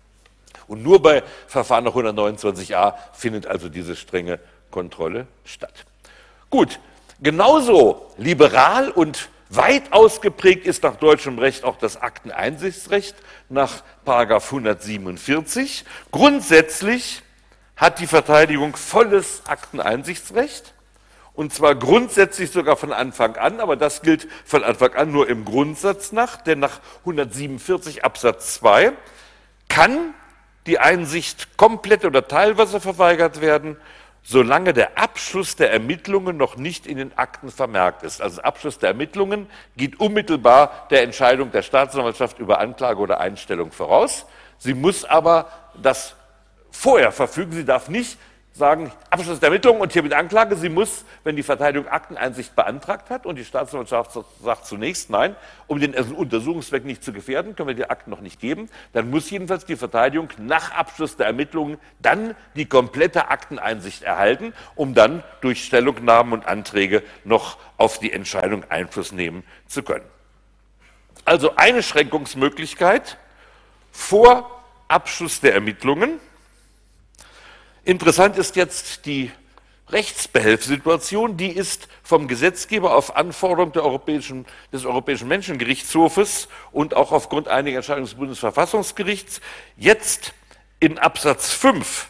S2: Und nur bei Verfahren nach hundertneunundzwanzig a findet also diese strenge Kontrolle statt. Gut, genauso liberal und weit ausgeprägt ist nach deutschem Recht auch das Akteneinsichtsrecht nach Paragraph hundertsiebenundvierzig. Grundsätzlich hat die Verteidigung volles Akteneinsichtsrecht, und zwar grundsätzlich sogar von Anfang an, aber das gilt von Anfang an nur im Grundsatz nach, denn nach hundertsiebenundvierzig Absatz zwei kann die Einsicht komplett oder teilweise verweigert werden, solange der Abschluss der Ermittlungen noch nicht in den Akten vermerkt ist. Also Abschluss der Ermittlungen geht unmittelbar der Entscheidung der Staatsanwaltschaft über Anklage oder Einstellung voraus. Sie muss aber das vorher verfügen. Sie darf nicht sagen, Abschluss der Ermittlungen und hier mit Anklage, sie muss, wenn die Verteidigung Akteneinsicht beantragt hat und die Staatsanwaltschaft sagt zunächst, nein, um den Untersuchungszweck nicht zu gefährden, können wir die Akten noch nicht geben, dann muss jedenfalls die Verteidigung nach Abschluss der Ermittlungen dann die komplette Akteneinsicht erhalten, um dann durch Stellungnahmen und Anträge noch auf die Entscheidung Einfluss nehmen zu können. Also eine Schränkungsmöglichkeit vor Abschluss der Ermittlungen. Interessant ist jetzt die Rechtsbehelfssituation, die ist vom Gesetzgeber auf Anforderung der Europäischen, des Europäischen Menschengerichtshofes und auch aufgrund einiger Entscheidungen des Bundesverfassungsgerichts jetzt in Absatz fünf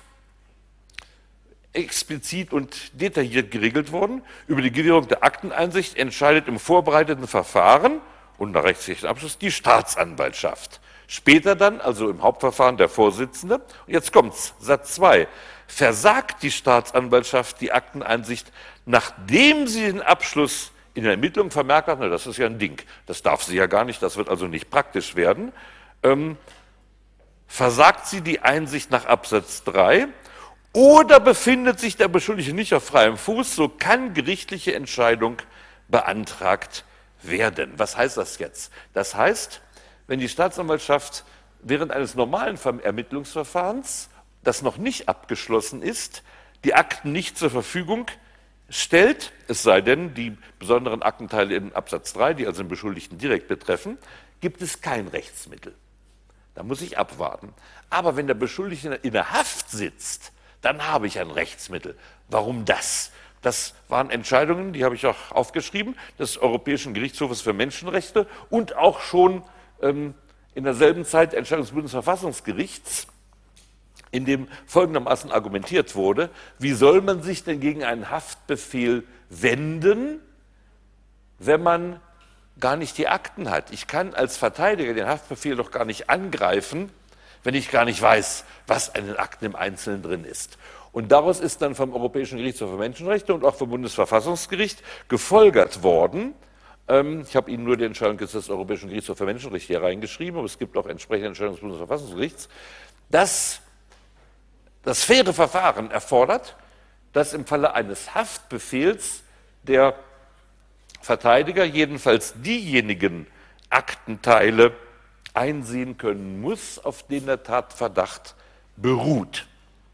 S2: explizit und detailliert geregelt worden. Über die Gewährung der Akteneinsicht entscheidet im vorbereiteten Verfahren und nach rechtsrechtlichem Abschluss die Staatsanwaltschaft. Später dann, also im Hauptverfahren, der Vorsitzende. Und jetzt kommt's, Satz zwei. Versagt die Staatsanwaltschaft die Akteneinsicht, nachdem sie den Abschluss in der Ermittlung vermerkt hat, na, das ist ja ein Ding, das darf sie ja gar nicht, das wird also nicht praktisch werden, ähm, versagt sie die Einsicht nach Absatz drei oder befindet sich der Beschuldigte nicht auf freiem Fuß, so kann gerichtliche Entscheidung beantragt werden. Was heißt das jetzt? Das heißt, wenn die Staatsanwaltschaft während eines normalen Ermittlungsverfahrens, das noch nicht abgeschlossen ist, die Akten nicht zur Verfügung stellt, es sei denn, die besonderen Aktenteile in Absatz drei, die also den Beschuldigten direkt betreffen, gibt es kein Rechtsmittel. Da muss ich abwarten. Aber wenn der Beschuldigte in der Haft sitzt, dann habe ich ein Rechtsmittel. Warum das? Das waren Entscheidungen, die habe ich auch aufgeschrieben, des Europäischen Gerichtshofes für Menschenrechte und auch schon ähm, in derselben Zeit Entscheidung des Bundesverfassungsgerichts, in dem folgendermaßen argumentiert wurde, wie soll man sich denn gegen einen Haftbefehl wenden, wenn man gar nicht die Akten hat? Ich kann als Verteidiger den Haftbefehl doch gar nicht angreifen, wenn ich gar nicht weiß, was in den Akten im Einzelnen drin ist. Und daraus ist dann vom Europäischen Gerichtshof für Menschenrechte und auch vom Bundesverfassungsgericht gefolgert worden. Ähm, ich habe Ihnen nur die Entscheidung des Europäischen Gerichtshofs für Menschenrechte hier reingeschrieben, aber es gibt auch entsprechende Entscheidungen des Bundesverfassungsgerichts, dass das faire Verfahren erfordert, dass im Falle eines Haftbefehls der Verteidiger jedenfalls diejenigen Aktenteile einsehen können muss, auf denen der Tatverdacht beruht.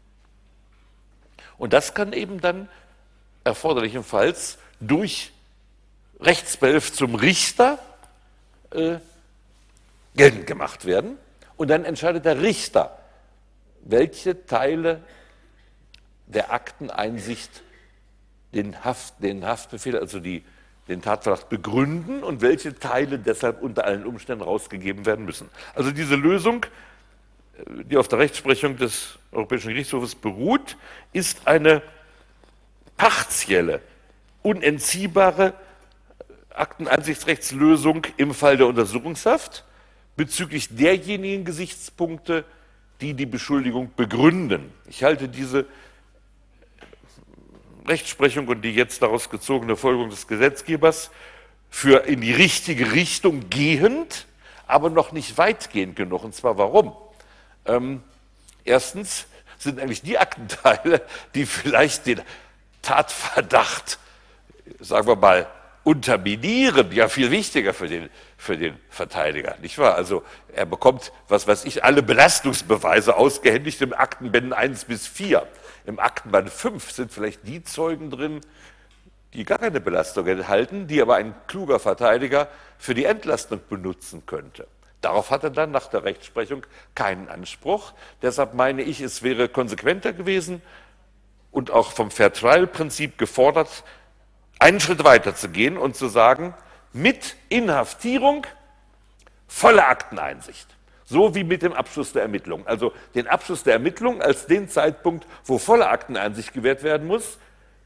S2: Und das kann eben dann erforderlichenfalls durch Rechtsbehelf zum Richter äh, geltend gemacht werden. Und dann entscheidet der Richter, welche Teile der Akteneinsicht den, Haft, den Haftbefehl, also die, den Tatverdacht begründen und welche Teile deshalb unter allen Umständen rausgegeben werden müssen. Also diese Lösung, die auf der Rechtsprechung des Europäischen Gerichtshofes beruht, ist eine partielle, unentziehbare Akteneinsichtsrechtslösung im Fall der Untersuchungshaft bezüglich derjenigen Gesichtspunkte, die die Beschuldigung begründen. Ich halte diese Rechtsprechung und die jetzt daraus gezogene Folgerung des Gesetzgebers für in die richtige Richtung gehend, aber noch nicht weitgehend genug. Und zwar warum? Ähm, erstens sind eigentlich die Aktenteile, die vielleicht den Tatverdacht, sagen wir mal, unterminieren, ja viel wichtiger für den, für den Verteidiger, nicht wahr? Also er bekommt, was weiß ich, alle Belastungsbeweise ausgehändigt im Aktenbänden eins bis vier. Im Aktenband fünf sind vielleicht die Zeugen drin, die gar keine Belastung enthalten, die aber ein kluger Verteidiger für die Entlastung benutzen könnte. Darauf hat er dann nach der Rechtsprechung keinen Anspruch. Deshalb meine ich, es wäre konsequenter gewesen und auch vom Fair-Trial-Prinzip gefordert, einen Schritt weiter zu gehen und zu sagen, mit Inhaftierung volle Akteneinsicht. So wie mit dem Abschluss der Ermittlung. Also den Abschluss der Ermittlung als den Zeitpunkt, wo volle Akteneinsicht gewährt werden muss,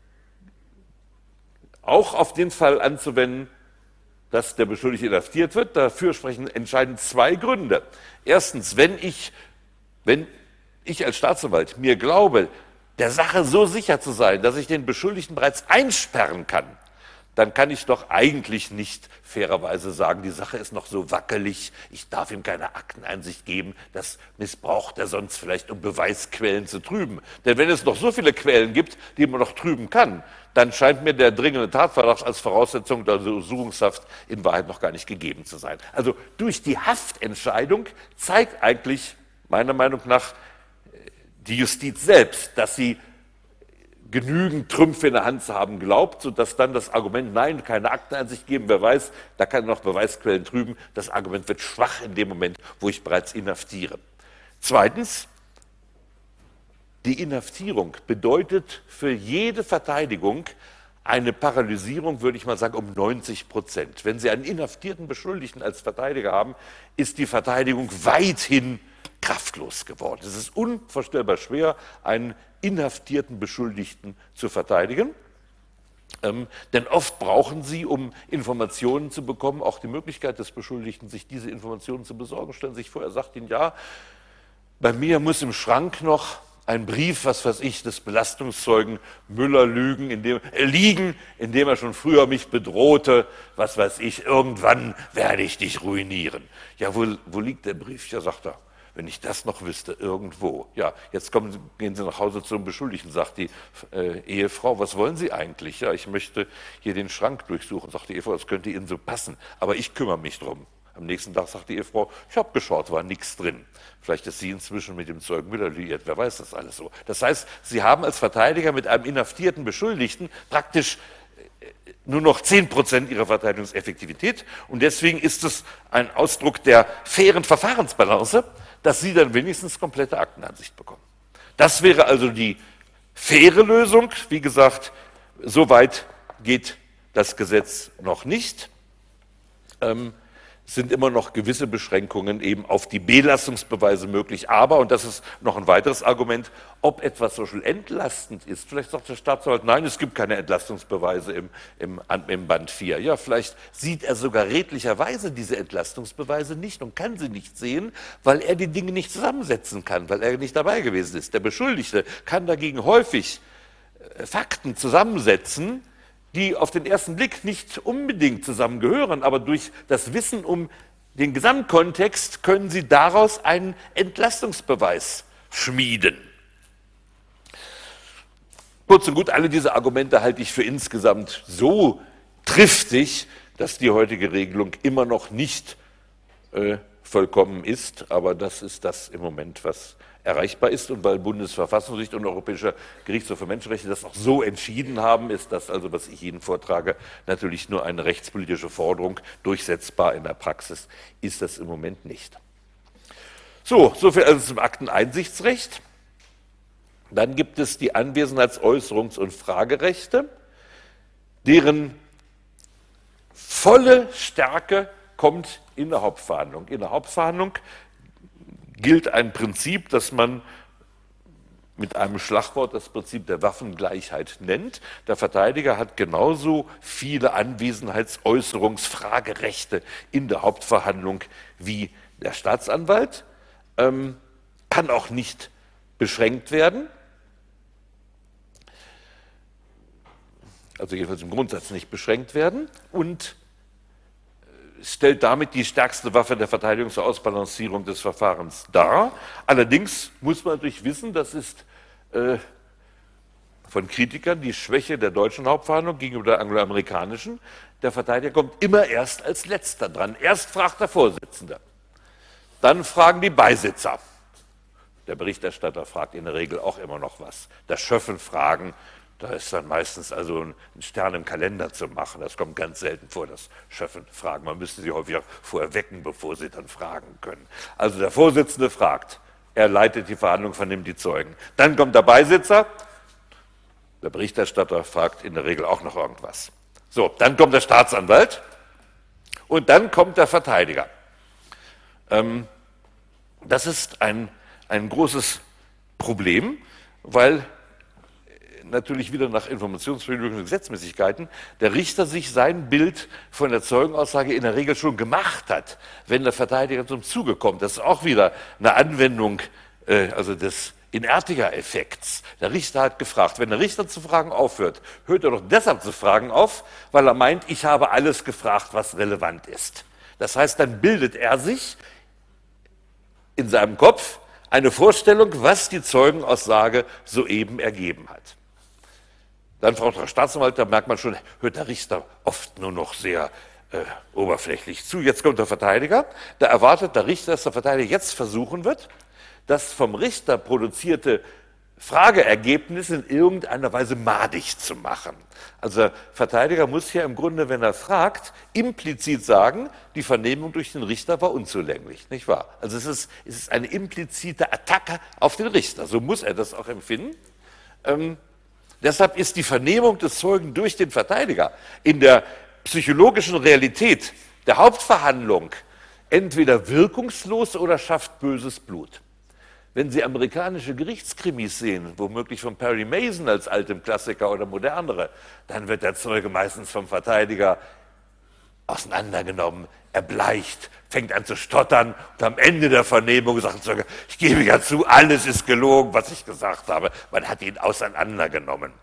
S2: auch auf den Fall anzuwenden, dass der Beschuldigte inhaftiert wird. Dafür sprechen entscheidend zwei Gründe. Erstens, wenn ich, wenn ich als Staatsanwalt mir glaube, der Sache so sicher zu sein, dass ich den Beschuldigten bereits einsperren kann, dann kann ich doch eigentlich nicht fairerweise sagen, die Sache ist noch so wackelig, ich darf ihm keine Akteneinsicht geben, das missbraucht er sonst vielleicht, um Beweisquellen zu trüben. Denn wenn es noch so viele Quellen gibt, die man noch trüben kann, dann scheint mir der dringende Tatverdacht als Voraussetzung der Untersuchungshaft in Wahrheit noch gar nicht gegeben zu sein. Also durch die Haftentscheidung zeigt eigentlich, meiner Meinung nach, die Justiz selbst, dass sie genügend Trümpfe in der Hand zu haben glaubt, sodass dann das Argument, nein, keine Akteneinsicht geben, wer weiß, da kann noch Beweisquellen trüben, das Argument wird schwach in dem Moment, wo ich bereits inhaftiere. Zweitens, die Inhaftierung bedeutet für jede Verteidigung eine Paralysierung, würde ich mal sagen, um neunzig Prozent. Wenn Sie einen inhaftierten Beschuldigten als Verteidiger haben, ist die Verteidigung weithin kraftlos geworden. Es ist unvorstellbar schwer, einen inhaftierten Beschuldigten zu verteidigen. Ähm, denn oft brauchen Sie, um Informationen zu bekommen, auch die Möglichkeit des Beschuldigten, sich diese Informationen zu besorgen. Stellen Sie sich vor, er sagt Ihnen, ja, bei mir muss im Schrank noch ein Brief, was weiß ich, des Belastungszeugen Müller lügen, indem, äh, liegen, indem er schon früher mich bedrohte, was weiß ich, irgendwann werde ich dich ruinieren. Ja, wo, wo liegt der Brief? Ja, sagt er. Wenn ich das noch wüsste, irgendwo. Ja, jetzt kommen Sie, gehen Sie nach Hause zum Beschuldigten, sagt die äh, Ehefrau, was wollen Sie eigentlich? Ja, ich möchte hier den Schrank durchsuchen, sagt die Ehefrau, das könnte Ihnen so passen, aber ich kümmere mich drum. Am nächsten Tag sagt die Ehefrau, ich habe geschaut, war nichts drin. Vielleicht ist sie inzwischen mit dem Zeugen Müller liiert, wer weiß das alles so. Das heißt, Sie haben als Verteidiger mit einem inhaftierten Beschuldigten praktisch nur noch zehn Prozent ihrer Verteidigungseffektivität und deswegen ist es ein Ausdruck der fairen Verfahrensbalance, dass Sie dann wenigstens komplette Akteneinsicht bekommen. Das wäre also die faire Lösung. Wie gesagt, so weit geht das Gesetz noch nicht. Ähm, Es sind immer noch gewisse Beschränkungen eben auf die Belastungsbeweise möglich. Aber, und das ist noch ein weiteres Argument, ob etwas so schön entlastend ist. Vielleicht sagt der Staatsanwalt, nein, es gibt keine Entlastungsbeweise im, im, im Band vier. Ja, vielleicht sieht er sogar redlicherweise diese Entlastungsbeweise nicht und kann sie nicht sehen, weil er die Dinge nicht zusammensetzen kann, weil er nicht dabei gewesen ist. Der Beschuldigte kann dagegen häufig äh, Fakten zusammensetzen, die auf den ersten Blick nicht unbedingt zusammengehören, aber durch das Wissen um den Gesamtkontext können Sie daraus einen Entlastungsbeweis schmieden. Kurz und gut, alle diese Argumente halte ich für insgesamt so triftig, dass die heutige Regelung immer noch nicht äh, vollkommen ist, aber das ist das im Moment, was erreichbar ist. Und weil Bundesverfassungsgericht und Europäischer Gerichtshof für Menschenrechte das auch so entschieden haben, ist das also, was ich Ihnen vortrage, natürlich nur eine rechtspolitische Forderung. Durchsetzbar in der Praxis ist das im Moment nicht. So, soviel also zum Akteneinsichtsrecht. Dann gibt es die Anwesenheits-, Äußerungs- und Fragerechte, deren volle Stärke kommt in der Hauptverhandlung. In der Hauptverhandlung gilt ein Prinzip, das man mit einem Schlagwort das Prinzip der Waffengleichheit nennt. Der Verteidiger hat genauso viele Anwesenheits-, Äußerungs-, Fragerechte in der Hauptverhandlung wie der Staatsanwalt, ähm, kann auch nicht beschränkt werden, also jedenfalls im Grundsatz nicht beschränkt werden und stellt damit die stärkste Waffe der Verteidigung zur Ausbalancierung des Verfahrens dar. Allerdings muss man natürlich wissen, das ist äh, von Kritikern die Schwäche der deutschen Hauptverhandlung gegenüber der angloamerikanischen. Der Verteidiger kommt immer erst als Letzter dran. Erst fragt der Vorsitzende, dann fragen die Beisitzer. Der Berichterstatter fragt in der Regel auch immer noch was. Das Schöffen fragen, da ist dann meistens also ein Stern im Kalender zu machen. Das kommt ganz selten vor, das Schöffen fragen. Man müsste sie häufig auch vorher wecken, bevor sie dann fragen können. Also der Vorsitzende fragt, er leitet die Verhandlung, vernimmt die Zeugen. Dann kommt der Beisitzer, der Berichterstatter fragt in der Regel auch noch irgendwas. So, dann kommt der Staatsanwalt und dann kommt der Verteidiger. Ähm, das ist ein, ein großes Problem, weil natürlich wieder nach Informationsfreiheit und Gesetzmäßigkeiten, der Richter sich sein Bild von der Zeugenaussage in der Regel schon gemacht hat, wenn der Verteidiger zum Zuge kommt. Das ist auch wieder eine Anwendung äh, also des Inertiger-Effekts. Der Richter hat gefragt. Wenn der Richter zu fragen aufhört, hört er doch deshalb zu fragen auf, weil er meint, ich habe alles gefragt, was relevant ist. Das heißt, dann bildet er sich in seinem Kopf eine Vorstellung, was die Zeugenaussage soeben ergeben hat. Dann, Frau Staatsanwalt, da merkt man schon, hört der Richter oft nur noch sehr äh, oberflächlich zu. Jetzt kommt der Verteidiger. Da erwartet der Richter, dass der Verteidiger jetzt versuchen wird, das vom Richter produzierte Frageergebnis in irgendeiner Weise madig zu machen. Also der Verteidiger muss hier im Grunde, wenn er fragt, implizit sagen, die Vernehmung durch den Richter war unzulänglich, nicht wahr? Also es ist, es ist eine implizite Attacke auf den Richter, so muss er das auch empfinden. Ähm, deshalb ist die Vernehmung des Zeugen durch den Verteidiger in der psychologischen Realität der Hauptverhandlung entweder wirkungslos oder schafft böses Blut. Wenn Sie amerikanische Gerichtskrimis sehen, womöglich von Perry Mason als altem Klassiker oder modernere, dann wird der Zeuge meistens vom Verteidiger auseinandergenommen, erbleicht, fängt an zu stottern und am Ende der Vernehmung sagt der Zeuge, ich gebe ja zu, alles ist gelogen, was ich gesagt habe. Man hat ihn auseinandergenommen.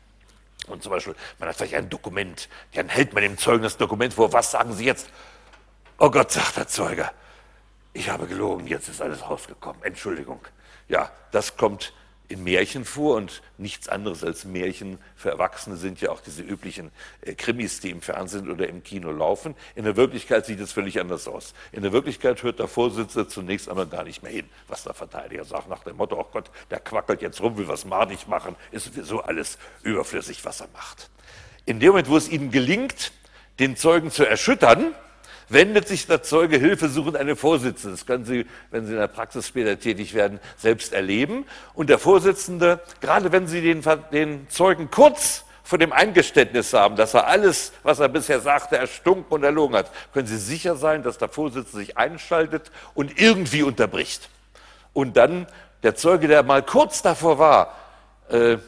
S2: Und zum Beispiel, man hat vielleicht ein Dokument, dann hält man dem Zeugen das Dokument vor, was sagen Sie jetzt? Oh Gott, sagt der Zeuge, ich habe gelogen, jetzt ist alles rausgekommen, Entschuldigung. Ja, das kommt in Märchen vor und nichts anderes als Märchen für Erwachsene sind ja auch diese üblichen äh, Krimis, die im Fernsehen oder im Kino laufen. In der Wirklichkeit sieht es völlig anders aus. In der Wirklichkeit hört der Vorsitzende zunächst einmal gar nicht mehr hin, was der Verteidiger sagt, nach dem Motto, oh Gott, der quackelt jetzt rum, will was madig machen, ist sowieso alles überflüssig, was er macht. In dem Moment, wo es ihnen gelingt, den Zeugen zu erschüttern, wendet sich der Zeuge hilfesuchend an den Vorsitzenden. Das können Sie, wenn Sie in der Praxis später tätig werden, selbst erleben. Und der Vorsitzende, gerade wenn Sie den, den Zeugen kurz vor dem Eingeständnis haben, dass er alles, was er bisher sagte, erstunken und erlogen hat, können Sie sicher sein, dass der Vorsitzende sich einschaltet und irgendwie unterbricht. Und dann der Zeuge, der mal kurz davor war, äh,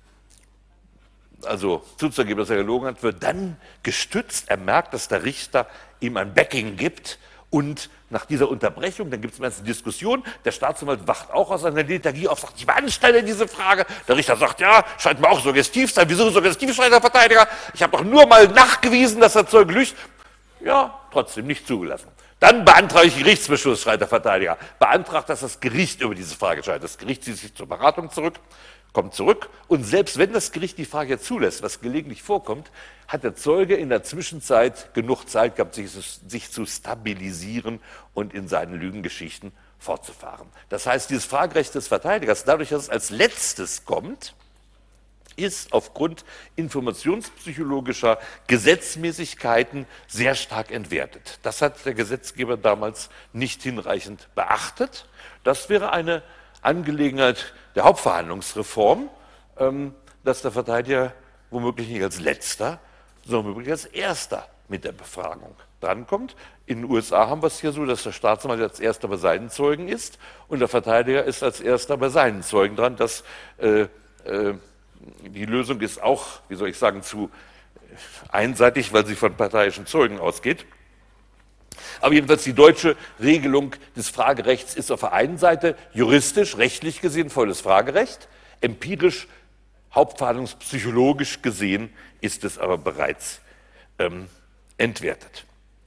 S2: also zuzugeben, dass er gelogen hat, wird dann gestützt. Er merkt, dass der Richter ihm ein Backing gibt und nach dieser Unterbrechung, dann gibt es meistens eine Diskussion, der Staatsanwalt wacht auch aus seiner Lethargie auf, sagt, ich beanstande diese Frage. Der Richter sagt, ja, scheint mir auch suggestiv sein. Wieso suggestiv, schreit der Verteidiger? Ich habe doch nur mal nachgewiesen, dass der Zeuge lügt. Ja, trotzdem nicht zugelassen. Dann beantrage ich Gerichtsbeschluss, schreit der Verteidiger. Beantragt, dass das Gericht über diese Frage entscheidet. Das Gericht zieht sich zur Beratung zurück, kommt zurück und selbst wenn das Gericht die Frage zulässt, was gelegentlich vorkommt, hat der Zeuge in der Zwischenzeit genug Zeit gehabt, sich, sich zu stabilisieren und in seinen Lügengeschichten fortzufahren. Das heißt, dieses Fragerecht des Verteidigers, dadurch, dass es als letztes kommt, ist aufgrund informationspsychologischer Gesetzmäßigkeiten sehr stark entwertet. Das hat der Gesetzgeber damals nicht hinreichend beachtet. Das wäre eine Angelegenheit der Hauptverhandlungsreform, ähm, dass der Verteidiger womöglich nicht als letzter, sondern womöglich als erster mit der Befragung drankommt. In den U S A haben wir es hier so, dass der Staatsanwalt als erster bei seinen Zeugen ist und der Verteidiger ist als erster bei seinen Zeugen dran. Das, äh, äh, die Lösung ist auch, wie soll ich sagen, zu einseitig, weil sie von parteiischen Zeugen ausgeht. Aber jedenfalls die deutsche Regelung des Fragerechts ist auf der einen Seite juristisch, rechtlich gesehen volles Fragerecht, empirisch, hauptverhandlungspsychologisch gesehen ist es aber bereits ähm, entwertet.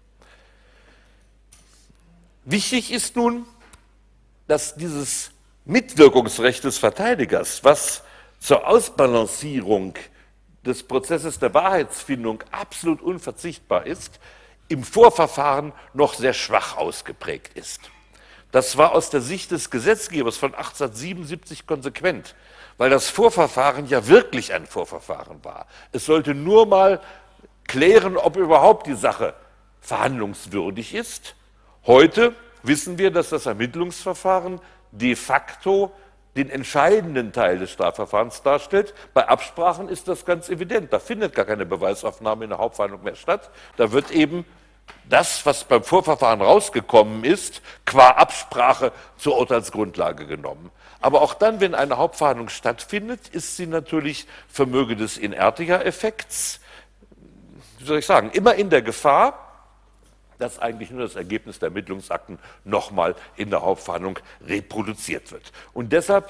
S2: Wichtig ist nun, dass dieses Mitwirkungsrecht des Verteidigers, was zur Ausbalancierung des Prozesses der Wahrheitsfindung absolut unverzichtbar ist, im Vorverfahren noch sehr schwach ausgeprägt ist. Das war aus der Sicht des Gesetzgebers von achtzehnhundertsiebenundsiebzig konsequent, weil das Vorverfahren ja wirklich ein Vorverfahren war. Es sollte nur mal klären, ob überhaupt die Sache verhandlungswürdig ist. Heute wissen wir, dass das Ermittlungsverfahren de facto den entscheidenden Teil des Strafverfahrens darstellt. Bei Absprachen ist das ganz evident. Da findet gar keine Beweisaufnahme in der Hauptverhandlung mehr statt. Da wird eben das, was beim Vorverfahren rausgekommen ist, qua Absprache zur Urteilsgrundlage genommen. Aber auch dann, wenn eine Hauptverhandlung stattfindet, ist sie natürlich vermöge des Inertiger-Effekts, wie soll ich sagen, immer in der Gefahr, dass eigentlich nur das Ergebnis der Ermittlungsakten nochmal in der Hauptverhandlung reproduziert wird. Und deshalb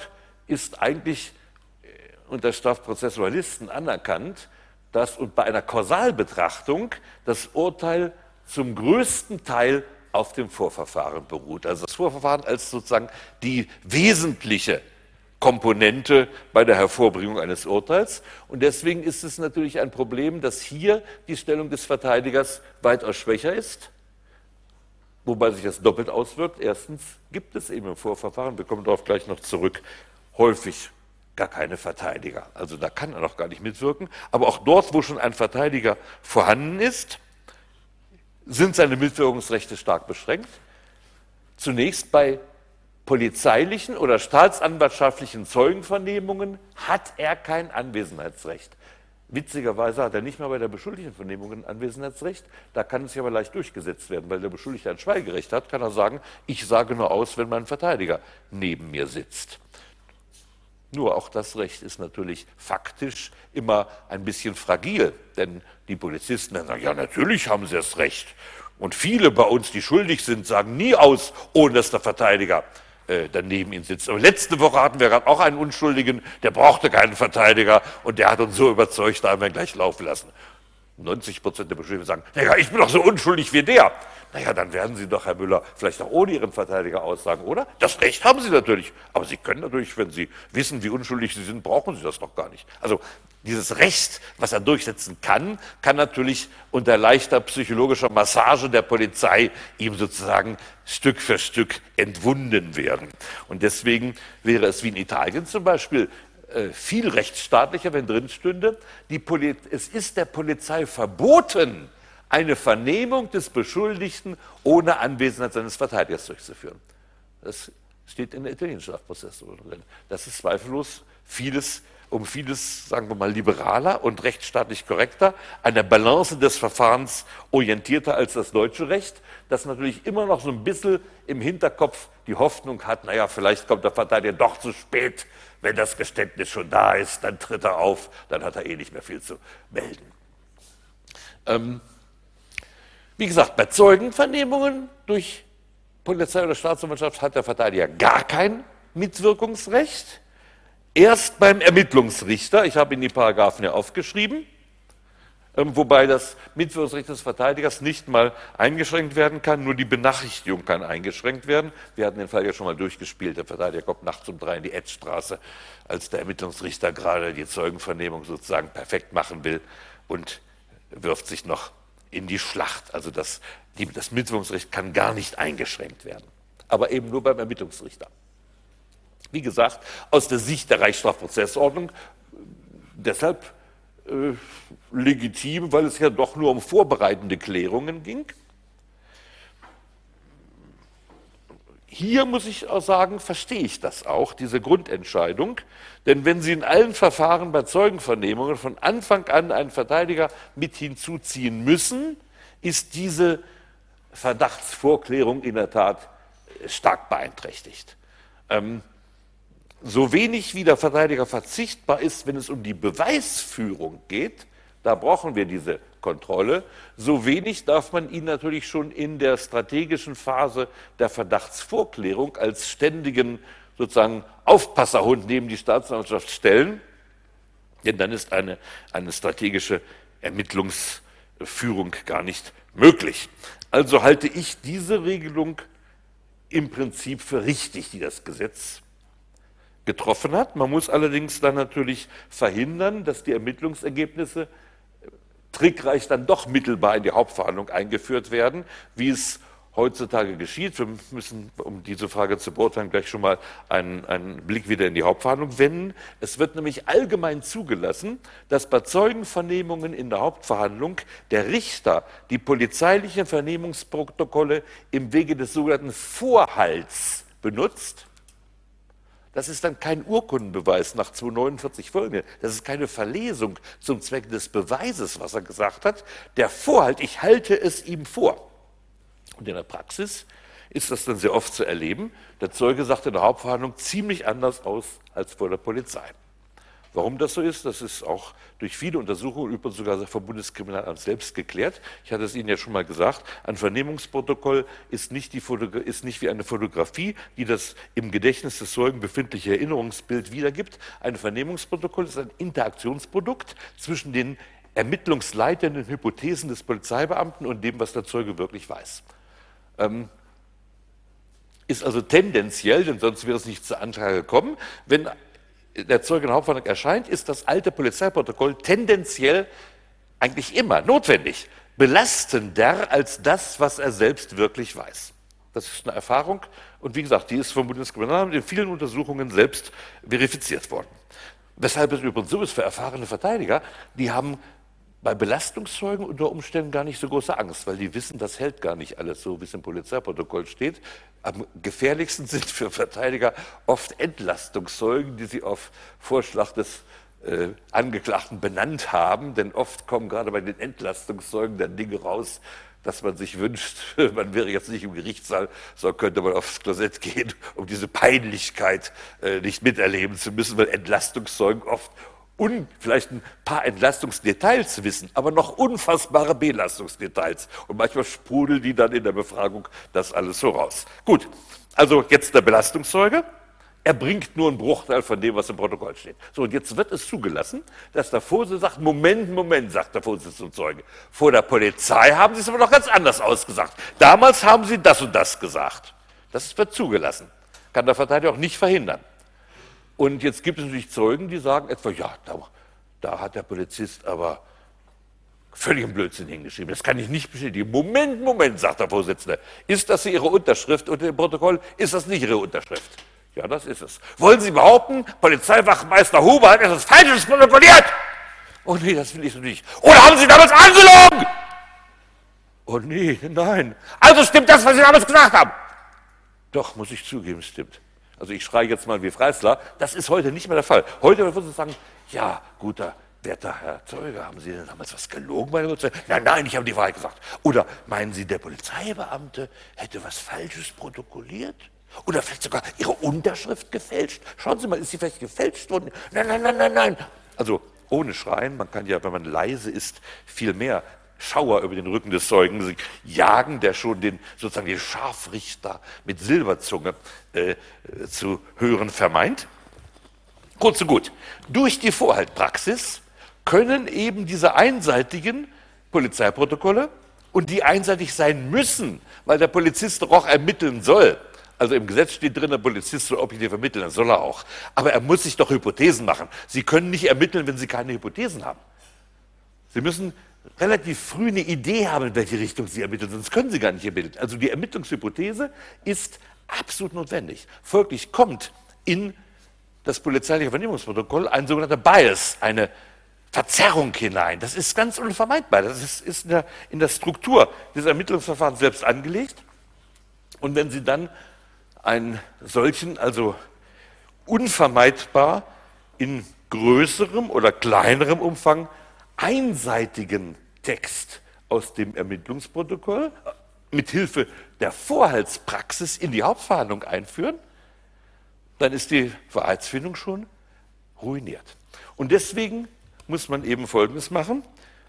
S2: ist eigentlich unter Strafprozessualisten anerkannt, dass und bei einer Kausalbetrachtung das Urteil zum größten Teil auf dem Vorverfahren beruht. Also das Vorverfahren als sozusagen die wesentliche Komponente bei der Hervorbringung eines Urteils. Und deswegen ist es natürlich ein Problem, dass hier die Stellung des Verteidigers weitaus schwächer ist, wobei sich das doppelt auswirkt. Erstens gibt es eben im Vorverfahren, wir kommen darauf gleich noch zurück, häufig gar keine Verteidiger. Also da kann er noch gar nicht mitwirken. Aber auch dort, wo schon ein Verteidiger vorhanden ist, sind seine Mitwirkungsrechte stark beschränkt. Zunächst bei polizeilichen oder staatsanwaltschaftlichen Zeugenvernehmungen hat er kein Anwesenheitsrecht. Witzigerweise hat er nicht mal bei der beschuldigten Vernehmung ein Anwesenheitsrecht. Da kann es ja aber leicht durchgesetzt werden, weil der Beschuldigte ein Schweigerecht hat, kann er sagen, ich sage nur aus, wenn mein Verteidiger neben mir sitzt. Nur auch das Recht ist natürlich faktisch immer ein bisschen fragil, denn die Polizisten dann sagen, ja, natürlich haben sie das Recht. Und viele bei uns, die schuldig sind, sagen nie aus, ohne dass der Verteidiger äh, daneben ihnen sitzt. Aber letzte Woche hatten wir gerade auch einen Unschuldigen, der brauchte keinen Verteidiger und der hat uns so überzeugt, da haben wir ihn gleich laufen lassen. neunzig Prozent der Beschuldigten sagen, naja, ich bin doch so unschuldig wie der. Naja, dann werden Sie doch, Herr Müller, vielleicht auch ohne Ihren Verteidiger aussagen, oder? Das Recht haben Sie natürlich, aber Sie können natürlich, wenn Sie wissen, wie unschuldig Sie sind, brauchen Sie das doch gar nicht. Also dieses Recht, was er durchsetzen kann, kann natürlich unter leichter psychologischer Massage der Polizei ihm sozusagen Stück für Stück entwunden werden. Und deswegen wäre es wie in Italien zum Beispiel viel rechtsstaatlicher, wenn drin stünde, die Poli- es ist der Polizei verboten, eine Vernehmung des Beschuldigten ohne Anwesenheit seines Verteidigers durchzuführen. Das steht in der italienischen Strafprozessordnung drin. Das ist zweifellos vieles, um vieles, sagen wir mal, liberaler und rechtsstaatlich korrekter, eine Balance des Verfahrens orientierter als das deutsche Recht, das natürlich immer noch so ein bisschen im Hinterkopf die Hoffnung hat, naja, vielleicht kommt der Verteidiger doch zu spät, wenn das Geständnis schon da ist, dann tritt er auf, dann hat er eh nicht mehr viel zu melden. Ähm, wie gesagt, bei Zeugenvernehmungen durch Polizei oder Staatsanwaltschaft hat der Verteidiger gar kein Mitwirkungsrecht. Erst beim Ermittlungsrichter, ich habe Ihnen die Paragraphen ja aufgeschrieben, ähm, wobei das Mitwirkungsrecht des Verteidigers nicht mal eingeschränkt werden kann, nur die Benachrichtigung kann eingeschränkt werden. Wir hatten den Fall ja schon mal durchgespielt, der Verteidiger kommt nachts um drei in die Edstraße, als der Ermittlungsrichter gerade die Zeugenvernehmung sozusagen perfekt machen will und wirft sich noch in die Schlacht. Also das, die, das Mitwirkungsrecht kann gar nicht eingeschränkt werden, aber eben nur beim Ermittlungsrichter. Wie gesagt, aus der Sicht der Reichsstrafprozessordnung deshalb äh, legitim, weil es ja doch nur um vorbereitende Klärungen ging. Hier muss ich auch sagen, verstehe ich das auch, diese Grundentscheidung. Denn wenn Sie in allen Verfahren bei Zeugenvernehmungen von Anfang an einen Verteidiger mit hinzuziehen müssen, ist diese Verdachtsvorklärung in der Tat stark beeinträchtigt. Ähm, so wenig wie der Verteidiger verzichtbar ist, wenn es um die Beweisführung geht, da brauchen wir diese Kontrolle, so wenig darf man ihn natürlich schon in der strategischen Phase der Verdachtsvorklärung als ständigen sozusagen Aufpasserhund neben die Staatsanwaltschaft stellen, denn dann ist eine, eine strategische Ermittlungsführung gar nicht möglich. Also halte ich diese Regelung im Prinzip für richtig, die das Gesetz getroffen hat. Man muss allerdings dann natürlich verhindern, dass die Ermittlungsergebnisse trickreich dann doch mittelbar in die Hauptverhandlung eingeführt werden, wie es heutzutage geschieht. Wir müssen, um diese Frage zu beurteilen, gleich schon mal einen, einen Blick wieder in die Hauptverhandlung wenden. Es wird nämlich allgemein zugelassen, dass bei Zeugenvernehmungen in der Hauptverhandlung der Richter die polizeilichen Vernehmungsprotokolle im Wege des sogenannten Vorhalts benutzt. Das ist dann kein Urkundenbeweis nach zweihundertneunundvierzig folgende. Das ist keine Verlesung zum Zweck des Beweises, was er gesagt hat. Der Vorhalt, ich halte es ihm vor. Und in der Praxis ist das dann sehr oft zu erleben. Der Zeuge sagt in der Hauptverhandlung ziemlich anders aus als vor der Polizei. Warum das so ist, das ist auch durch viele Untersuchungen, übrigens sogar vom Bundeskriminalamt selbst geklärt. Ich hatte es Ihnen ja schon mal gesagt, ein Vernehmungsprotokoll ist nicht, die Fotogra- ist nicht wie eine Fotografie, die das im Gedächtnis des Zeugen befindliche Erinnerungsbild wiedergibt. Ein Vernehmungsprotokoll ist ein Interaktionsprodukt zwischen den ermittlungsleitenden Hypothesen des Polizeibeamten und dem, was der Zeuge wirklich weiß. Ähm, ist also tendenziell, denn sonst wäre es nicht zur Anklage gekommen, wenn der Zeuge in der Hauptverhandlung erscheint, ist das alte Polizeiprotokoll tendenziell eigentlich immer notwendig, belastender als das, was er selbst wirklich weiß. Das ist eine Erfahrung und wie gesagt, die ist vom Bundeskriminalamt in vielen Untersuchungen selbst verifiziert worden. Weshalb es übrigens so ist für erfahrene Verteidiger, die haben bei Belastungszeugen unter Umständen gar nicht so große Angst, weil die wissen, das hält gar nicht alles so, wie es im Polizeiprotokoll steht. Am gefährlichsten sind für Verteidiger oft Entlastungszeugen, die sie auf Vorschlag des äh, Angeklagten benannt haben, denn oft kommen gerade bei den Entlastungszeugen dann Dinge raus, dass man sich wünscht, man wäre jetzt nicht im Gerichtssaal, sondern könnte man aufs Klosett gehen, um diese Peinlichkeit äh, nicht miterleben zu müssen, weil Entlastungszeugen oft und vielleicht ein paar Entlastungsdetails wissen, aber noch unfassbare Belastungsdetails. Und manchmal sprudeln die dann in der Befragung das alles so raus. Gut, also jetzt der Belastungszeuge. Er bringt nur einen Bruchteil von dem, was im Protokoll steht. So, und jetzt wird es zugelassen, dass der Vorsitzende sagt, Moment, Moment, sagt der Vorsitzende zum Zeuge. Vor der Polizei haben Sie es aber noch ganz anders ausgesagt. Damals haben Sie das und das gesagt. Das wird zugelassen. Kann der Verteidiger auch nicht verhindern. Und jetzt gibt es natürlich Zeugen, die sagen etwa, ja, da, da hat der Polizist aber völligen Blödsinn hingeschrieben. Das kann ich nicht bestätigen. Moment, Moment, sagt der Vorsitzende. Ist das Ihre Unterschrift unter dem Protokoll? Ist das nicht Ihre Unterschrift? Ja, das ist es. Wollen Sie behaupten, Polizeiwachmeister Huber hat etwas Falsches protokolliert? Oh nee, das will ich so nicht. Oder haben Sie damals angelogen? Oh nee, nein. Also stimmt das, was Sie damals gesagt haben? Doch, muss ich zugeben, stimmt. Also ich schreie jetzt mal wie Freisler, das ist heute nicht mehr der Fall. Heute würden Sie sagen, ja, guter, werter Herr Zeuge, haben Sie denn damals was gelogen bei der Polizei? Nein, nein, ich habe die Wahrheit gesagt. Oder meinen Sie, der Polizeibeamte hätte was Falsches protokolliert? Oder vielleicht sogar Ihre Unterschrift gefälscht? Schauen Sie mal, ist sie vielleicht gefälscht worden? Nein, nein, nein, nein, nein. Also ohne Schreien, man kann ja, wenn man leise ist, viel mehr Schauer über den Rücken des Zeugen sie jagen, der schon den sozusagen den Scharfrichter mit Silberzunge äh, zu hören vermeint. Kurz und gut, durch die Vorhaltpraxis können eben diese einseitigen Polizeiprotokolle und die einseitig sein müssen, weil der Polizist doch auch ermitteln soll. Also im Gesetz steht drin, der Polizist soll objektiv ermitteln, das soll er auch. Aber er muss sich doch Hypothesen machen. Sie können nicht ermitteln, wenn Sie keine Hypothesen haben. Sie müssen relativ früh eine Idee haben, in welche Richtung Sie ermitteln, sonst können Sie gar nicht ermitteln. Also die Ermittlungshypothese ist absolut notwendig. Folglich kommt in das polizeiliche Vernehmungsprotokoll ein sogenannter Bias, eine Verzerrung hinein. Das ist ganz unvermeidbar. Das ist, ist in, der, in der Struktur des Ermittlungsverfahrens selbst angelegt. Und wenn Sie dann einen solchen, also unvermeidbar in größerem oder kleinerem Umfang einseitigen Text aus dem Ermittlungsprotokoll mit Hilfe der Vorhaltspraxis in die Hauptverhandlung einführen, dann ist die Wahrheitsfindung schon ruiniert. Und deswegen muss man eben Folgendes machen.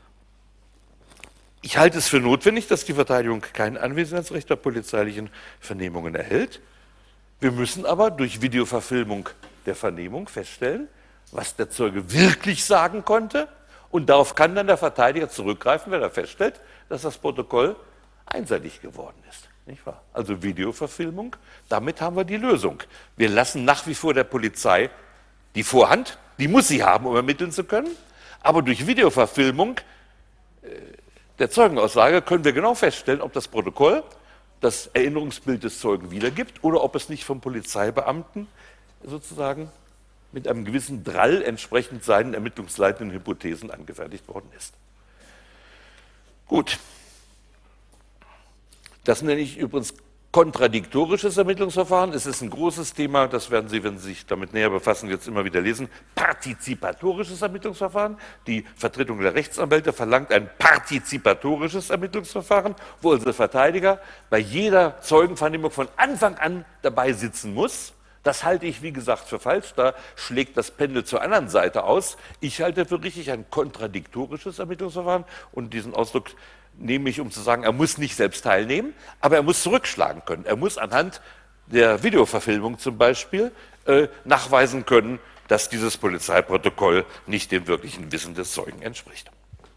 S2: Ich halte es für notwendig, dass die Verteidigung kein Anwesenheitsrecht bei polizeilichen Vernehmungen erhält. Wir müssen aber durch Videoverfilmung der Vernehmung feststellen, was der Zeuge wirklich sagen konnte. Und darauf kann dann der Verteidiger zurückgreifen, wenn er feststellt, dass das Protokoll einseitig geworden ist. Nicht wahr? Also Videoverfilmung, damit haben wir die Lösung. Wir lassen nach wie vor der Polizei die Vorhand, die muss sie haben, um ermitteln zu können. Aber durch Videoverfilmung äh, der Zeugenaussage können wir genau feststellen, ob das Protokoll das Erinnerungsbild des Zeugen wiedergibt oder ob es nicht vom Polizeibeamten sozusagen mit einem gewissen Drall entsprechend seinen ermittlungsleitenden Hypothesen angefertigt worden ist. Gut. Das nenne ich übrigens kontradiktorisches Ermittlungsverfahren. Es ist ein großes Thema, das werden Sie, wenn Sie sich damit näher befassen, jetzt immer wieder lesen. Partizipatorisches Ermittlungsverfahren. Die Vertretung der Rechtsanwälte verlangt ein partizipatorisches Ermittlungsverfahren, wo also der Verteidiger bei jeder Zeugenvernehmung von Anfang an dabei sitzen muss Das halte ich, wie gesagt, für falsch. Da schlägt das Pendel zur anderen Seite aus. Ich halte für richtig ein kontradiktorisches Ermittlungsverfahren. Und diesen Ausdruck nehme ich, um zu sagen, er muss nicht selbst teilnehmen, aber er muss zurückschlagen können. Er muss anhand der Videoverfilmung zum Beispiel äh, nachweisen können, dass dieses Polizeiprotokoll nicht dem wirklichen Wissen des Zeugen entspricht.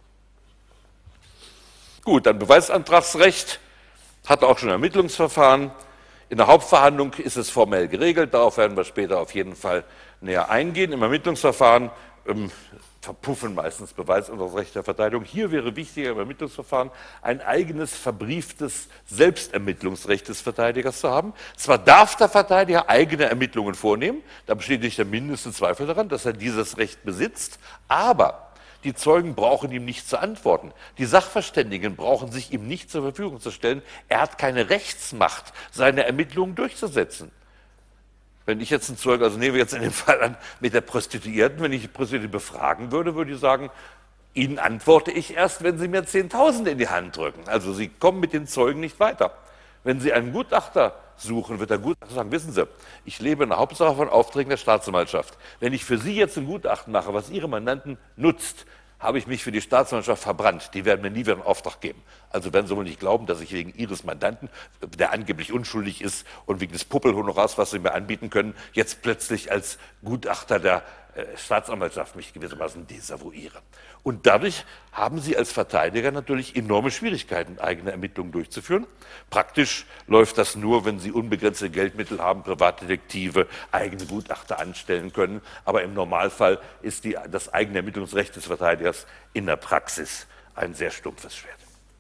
S2: Gut, dann Beweisantragsrecht, hat auch schon Ermittlungsverfahren. In der Hauptverhandlung ist es formell geregelt, darauf werden wir später auf jeden Fall näher eingehen. Im Ermittlungsverfahren ähm, verpuffen meistens Beweisantragsrecht der Verteidigung. Hier wäre wichtiger im Ermittlungsverfahren ein eigenes verbrieftes Selbstermittlungsrecht des Verteidigers zu haben. Zwar darf der Verteidiger eigene Ermittlungen vornehmen, da besteht nicht der mindeste Zweifel daran, dass er dieses Recht besitzt, aber die Zeugen brauchen ihm nicht zu antworten. Die Sachverständigen brauchen sich ihm nicht zur Verfügung zu stellen. Er hat keine Rechtsmacht, seine Ermittlungen durchzusetzen. Wenn ich jetzt einen Zeugen, also nehmen wir jetzt in dem Fall an mit der Prostituierten, wenn ich die Prostituierte befragen würde, würde ich sagen, Ihnen antworte ich erst, wenn Sie mir zehntausend in die Hand drücken. Also Sie kommen mit den Zeugen nicht weiter. Wenn Sie einen Gutachter suchen, wird der Gutachter sagen, wissen Sie, ich lebe in der Hauptsache von Aufträgen der Staatsanwaltschaft. Wenn ich für Sie jetzt ein Gutachten mache, was Ihre Mandanten nutzt, habe ich mich für die Staatsanwaltschaft verbrannt. Die werden mir nie wieder einen Auftrag geben. Also werden Sie wohl nicht glauben, dass ich wegen Ihres Mandanten, der angeblich unschuldig ist und wegen des Puppelhonorars, was Sie mir anbieten können, jetzt plötzlich als Gutachter der äh, Staatsanwaltschaft mich gewissermaßen desavouiere. Und dadurch haben Sie als Verteidiger natürlich enorme Schwierigkeiten, eigene Ermittlungen durchzuführen. Praktisch läuft das nur, wenn Sie unbegrenzte Geldmittel haben, Privatdetektive, eigene Gutachter anstellen können. Aber im Normalfall ist die, das eigene Ermittlungsrecht des Verteidigers in der Praxis ein sehr stumpfes Schwert.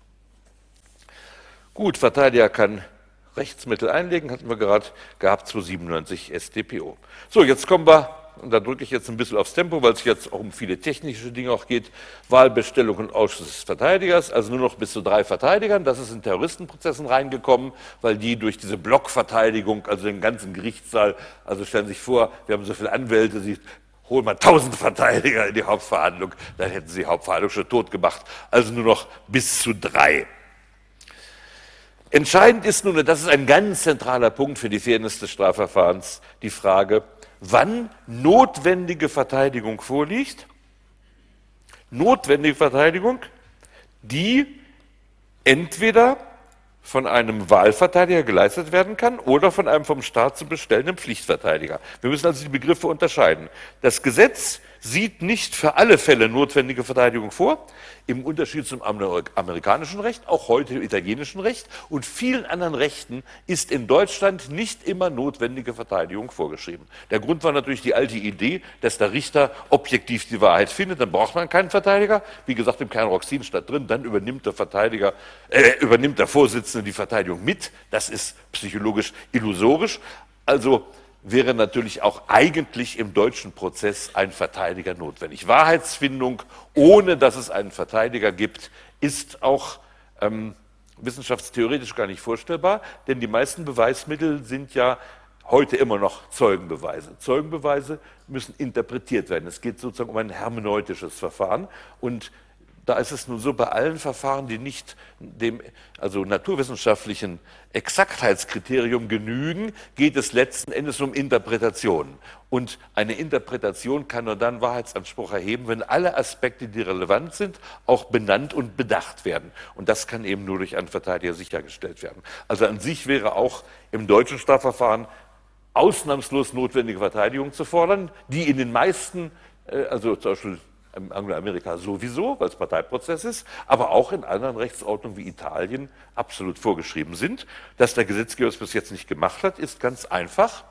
S2: Gut, Verteidiger kann Rechtsmittel einlegen, hatten wir gerade gehabt, zweihundertsiebenundneunzig S t p o. So, jetzt kommen wir, und da drücke ich jetzt ein bisschen aufs Tempo, weil es jetzt auch um viele technische Dinge auch geht, Wahlbestellung und Ausschuss des Verteidigers, also nur noch bis zu drei Verteidigern. Das ist in Terroristenprozessen reingekommen, weil die durch diese Blockverteidigung, also den ganzen Gerichtssaal, also stellen Sie sich vor, wir haben so viele Anwälte, Sie holen mal tausend Verteidiger in die Hauptverhandlung, dann hätten Sie die Hauptverhandlung schon tot gemacht, also nur noch bis zu drei. Entscheidend ist nun, und das ist ein ganz zentraler Punkt für die Fairness des Strafverfahrens, die Frage, wann notwendige Verteidigung vorliegt. Notwendige Verteidigung, die entweder von einem Wahlverteidiger geleistet werden kann oder von einem vom Staat zu bestellenden Pflichtverteidiger. Wir müssen also die Begriffe unterscheiden. Das Gesetz sieht nicht für alle Fälle notwendige Verteidigung vor, im Unterschied zum amerikanischen Recht, auch heute im italienischen Recht und vielen anderen Rechten ist in Deutschland nicht immer notwendige Verteidigung vorgeschrieben. Der Grund war natürlich die alte Idee, dass der Richter objektiv die Wahrheit findet, dann braucht man keinen Verteidiger. Wie gesagt, im Kernroxin steht drin, dann übernimmt der Verteidiger, äh, übernimmt der Vorsitzende die Verteidigung mit. Das ist psychologisch illusorisch. Also wäre natürlich auch eigentlich im deutschen Prozess ein Verteidiger notwendig. Wahrheitsfindung, ohne dass es einen Verteidiger gibt, ist auch ähm, wissenschaftstheoretisch gar nicht vorstellbar, denn die meisten Beweismittel sind ja heute immer noch Zeugenbeweise. Zeugenbeweise müssen interpretiert werden. Es geht sozusagen um ein hermeneutisches Verfahren und da ist es nun so, bei allen Verfahren, die nicht dem also naturwissenschaftlichen Exaktheitskriterium genügen, geht es letzten Endes um Interpretationen. Und eine Interpretation kann nur dann Wahrheitsanspruch erheben, wenn alle Aspekte, die relevant sind, auch benannt und bedacht werden. Und das kann eben nur durch einen Verteidiger sichergestellt werden. Also an sich wäre auch im deutschen Strafverfahren ausnahmslos notwendige Verteidigung zu fordern, die in den meisten, also zum Beispiel in Angloamerika sowieso, weil es Parteiprozess ist, aber auch in anderen Rechtsordnungen wie Italien absolut vorgeschrieben sind. Dass der Gesetzgeber es bis jetzt nicht gemacht hat, ist ganz einfach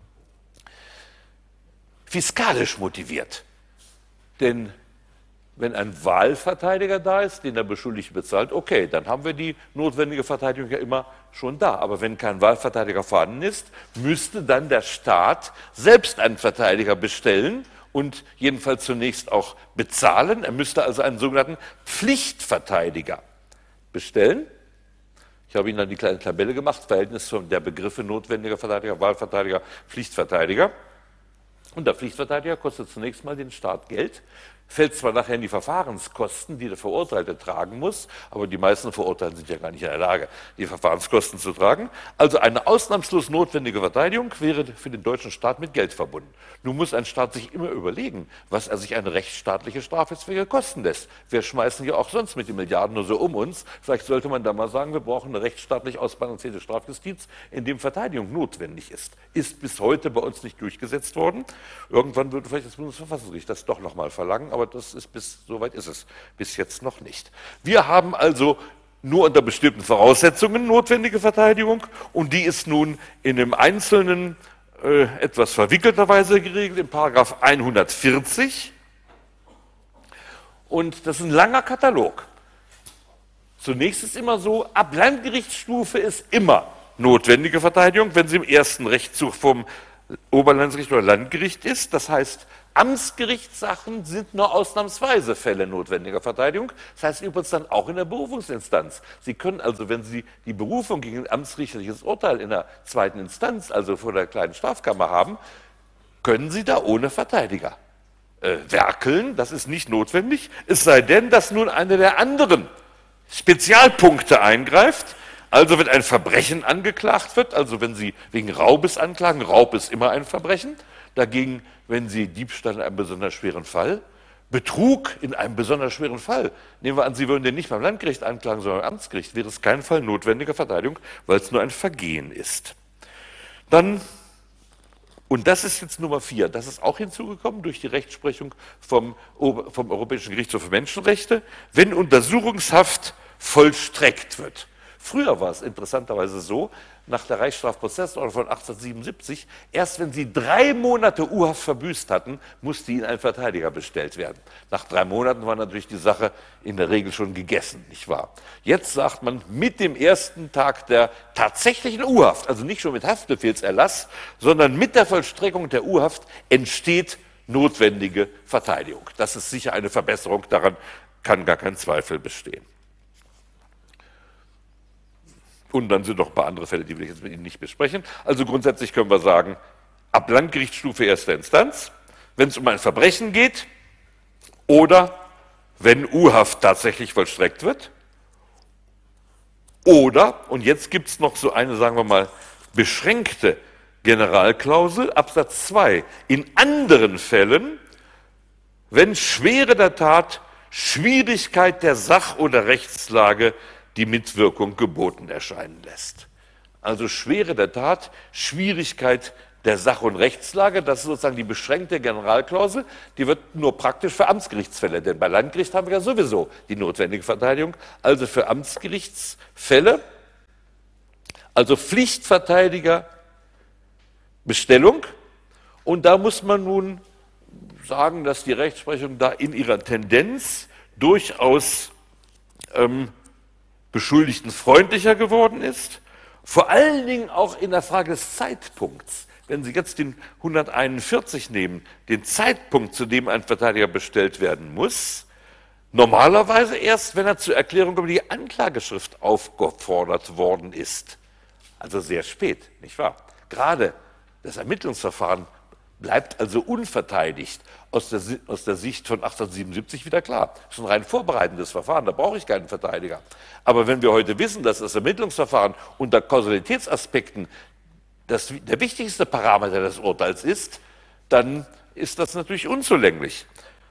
S2: fiskalisch motiviert. Denn wenn ein Wahlverteidiger da ist, den der Beschuldigte bezahlt, okay, dann haben wir die notwendige Verteidigung ja immer schon da. Aber wenn kein Wahlverteidiger vorhanden ist, müsste dann der Staat selbst einen Verteidiger bestellen und jedenfalls zunächst auch bezahlen. Er müsste also einen sogenannten Pflichtverteidiger bestellen. Ich habe Ihnen dann die kleine Tabelle gemacht, Verhältnis der Begriffe notwendiger Verteidiger, Wahlverteidiger, Pflichtverteidiger. Und der Pflichtverteidiger kostet zunächst mal den Staat Geld. fällt zwar nachher in die Verfahrenskosten, die der Verurteilte tragen muss, aber die meisten Verurteilten sind ja gar nicht in der Lage, die Verfahrenskosten zu tragen. Also eine ausnahmslos notwendige Verteidigung wäre für den deutschen Staat mit Geld verbunden. Nun muss ein Staat sich immer überlegen, was er sich eine rechtsstaatliche Strafrechtsfolge kosten lässt. Wir schmeißen ja auch sonst mit den Milliarden nur so um uns. Vielleicht sollte man da mal sagen, wir brauchen eine rechtsstaatlich ausbalancierte Strafjustiz, in dem Verteidigung notwendig ist. Ist bis heute bei uns nicht durchgesetzt worden. Irgendwann würde vielleicht das Bundesverfassungsgericht das doch noch mal verlangen, aber das ist bis, soweit ist es bis jetzt noch nicht. Wir haben also nur unter bestimmten Voraussetzungen notwendige Verteidigung und die ist nun in dem Einzelnen äh, etwas verwickelterweise geregelt, im Paragraph hundertvierzig. Und das ist ein langer Katalog. Zunächst ist immer so, ab Landgerichtsstufe ist immer notwendige Verteidigung, wenn sie im ersten Rechtszug vom Oberlandesgericht oder Landgericht ist. Das heißt, Amtsgerichtssachen sind nur ausnahmsweise Fälle notwendiger Verteidigung. Das heißt übrigens dann auch in der Berufungsinstanz. Sie können also, wenn Sie die Berufung gegen ein amtsrichterliches Urteil in der zweiten Instanz, also vor der kleinen Strafkammer haben, können Sie da ohne Verteidiger äh, werkeln. Das ist nicht notwendig, es sei denn, dass nun eine der anderen Spezialpunkte eingreift. Also wenn ein Verbrechen angeklagt wird, also wenn Sie wegen Raubes anklagen, Raub ist immer ein Verbrechen, dagegen, wenn Sie Diebstahl in einem besonders schweren Fall, Betrug in einem besonders schweren Fall, nehmen wir an, Sie würden den nicht beim Landgericht anklagen, sondern beim Amtsgericht, wäre es kein Fall notwendiger Verteidigung, weil es nur ein Vergehen ist. Dann, und das ist jetzt Nummer vier, das ist auch hinzugekommen durch die Rechtsprechung vom, vom Europäischen Gerichtshof für Menschenrechte, wenn Untersuchungshaft vollstreckt wird. Früher war es interessanterweise so, nach der Reichsstrafprozessordnung von achtzehnhundertsiebenundsiebzig, erst wenn sie drei Monate U-Haft verbüßt hatten, musste ihnen ein Verteidiger bestellt werden. Nach drei Monaten war natürlich die Sache in der Regel schon gegessen, nicht wahr? Jetzt sagt man, mit dem ersten Tag der tatsächlichen U-Haft, also nicht schon mit Haftbefehlserlass, sondern mit der Vollstreckung der U-Haft entsteht notwendige Verteidigung. Das ist sicher eine Verbesserung, daran kann gar kein Zweifel bestehen. Und dann sind noch ein paar andere Fälle, die will ich jetzt mit Ihnen nicht besprechen. Also grundsätzlich können wir sagen, ab Landgerichtsstufe erster Instanz, wenn es um ein Verbrechen geht oder wenn U-Haft tatsächlich vollstreckt wird. Oder, und jetzt gibt es noch so eine, sagen wir mal, beschränkte Generalklausel, Absatz zwei, in anderen Fällen, wenn Schwere der Tat, Schwierigkeit der Sach- oder Rechtslage die Mitwirkung geboten erscheinen lässt. Also Schwere der Tat, Schwierigkeit der Sach- und Rechtslage, das ist sozusagen die beschränkte Generalklausel, die wird nur praktisch für Amtsgerichtsfälle, denn bei Landgericht haben wir ja sowieso die notwendige Verteidigung, also für Amtsgerichtsfälle, also Pflichtverteidiger, Bestellung, und da muss man nun sagen, dass die Rechtsprechung da in ihrer Tendenz durchaus ähm, Beschuldigten freundlicher geworden ist, vor allen Dingen auch in der Frage des Zeitpunkts. Wenn Sie jetzt den hunderteinundvierzig nehmen, den Zeitpunkt, zu dem ein Verteidiger bestellt werden muss, normalerweise erst, wenn er zur Erklärung über die Anklageschrift aufgefordert worden ist. Also sehr spät, nicht wahr? Gerade das Ermittlungsverfahren bleibt also unverteidigt aus der, aus der Sicht von achtzehnhundertsiebenundsiebzig wieder klar. Das ist ein rein vorbereitendes Verfahren, da brauche ich keinen Verteidiger. Aber wenn wir heute wissen, dass das Ermittlungsverfahren unter Kausalitätsaspekten das, der wichtigste Parameter des Urteils ist, dann ist das natürlich unzulänglich.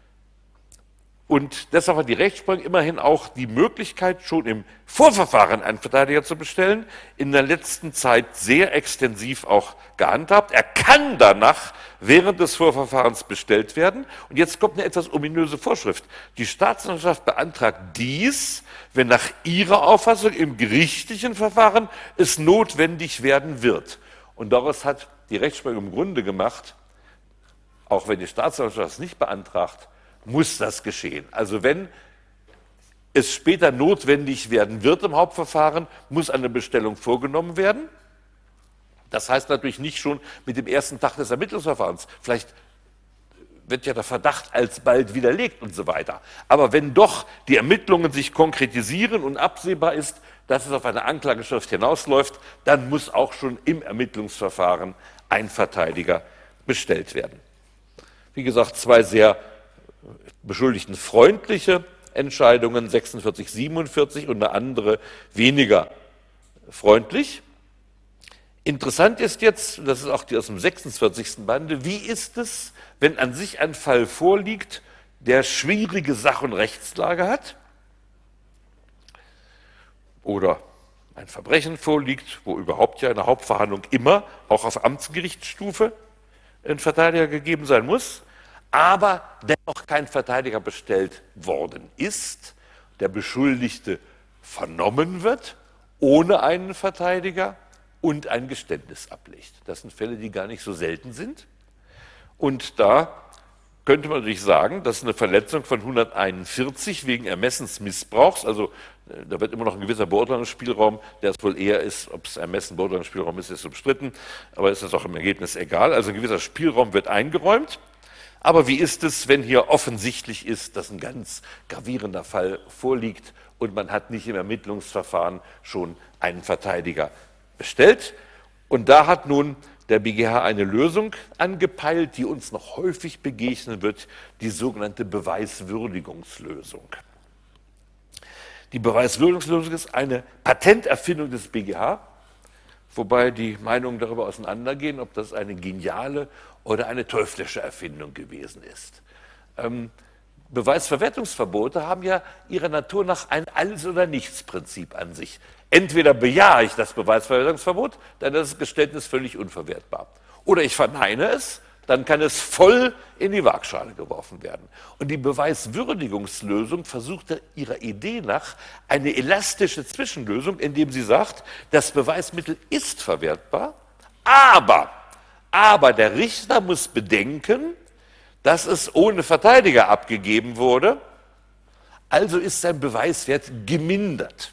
S2: Und deshalb hat die Rechtsprechung immerhin auch die Möglichkeit, schon im Vorverfahren einen Verteidiger zu bestellen, in der letzten Zeit sehr extensiv auch gehandhabt. Er kann danach während des Vorverfahrens bestellt werden. Und jetzt kommt eine etwas ominöse Vorschrift. Die Staatsanwaltschaft beantragt dies, wenn nach ihrer Auffassung im gerichtlichen Verfahren es notwendig werden wird. Und daraus hat die Rechtsprechung im Grunde gemacht, auch wenn die Staatsanwaltschaft es nicht beantragt, muss das geschehen. Also wenn es später notwendig werden wird im Hauptverfahren, muss eine Bestellung vorgenommen werden. Das heißt natürlich nicht schon mit dem ersten Tag des Ermittlungsverfahrens. Vielleicht wird ja der Verdacht alsbald widerlegt und so weiter. Aber wenn doch die Ermittlungen sich konkretisieren und absehbar ist, dass es auf eine Anklageschrift hinausläuft, dann muss auch schon im Ermittlungsverfahren ein Verteidiger bestellt werden. Wie gesagt, zwei sehr Beschuldigten freundliche Entscheidungen, sechsundvierzig, siebenundvierzig, und eine andere weniger freundlich. Interessant ist jetzt, das ist auch die aus dem sechsundvierzigsten Bande, wie ist es, wenn an sich ein Fall vorliegt, der schwierige Sach- und Rechtslage hat oder ein Verbrechen vorliegt, wo überhaupt ja in der Hauptverhandlung immer, auch auf Amtsgerichtsstufe, ein Verteidiger gegeben sein muss, aber dennoch kein Verteidiger bestellt worden ist, der Beschuldigte vernommen wird, ohne einen Verteidiger und ein Geständnis ablegt. Das sind Fälle, die gar nicht so selten sind. Und da könnte man natürlich sagen, dass eine Verletzung von hunderteinundvierzig wegen Ermessensmissbrauchs, also da wird immer noch ein gewisser Beurteilungsspielraum, der es wohl eher ist, ob es Ermessen Beurteilungsspielraum ist, ist umstritten, aber ist das auch im Ergebnis egal. Also ein gewisser Spielraum wird eingeräumt. Aber wie ist es, wenn hier offensichtlich ist, dass ein ganz gravierender Fall vorliegt und man hat nicht im Ermittlungsverfahren schon einen Verteidiger bestellt? Und da hat nun der B G H eine Lösung angepeilt, die uns noch häufig begegnen wird, die sogenannte Beweiswürdigungslösung. Die Beweiswürdigungslösung ist eine Patenterfindung des B G H, wobei die Meinungen darüber auseinandergehen, ob das eine geniale oder eine teuflische Erfindung gewesen ist. Ähm, Beweisverwertungsverbote haben ja ihrer Natur nach ein Alles-oder-Nichts-Prinzip an sich. Entweder bejahe ich das Beweisverwertungsverbot, dann ist das Geständnis völlig unverwertbar. Oder ich verneine es, dann kann es voll in die Waagschale geworfen werden. Und die Beweiswürdigungslösung versucht ihrer Idee nach eine elastische Zwischenlösung, indem sie sagt, das Beweismittel ist verwertbar, aber, aber der Richter muss bedenken, dass es ohne Verteidiger abgegeben wurde, also ist sein Beweiswert gemindert.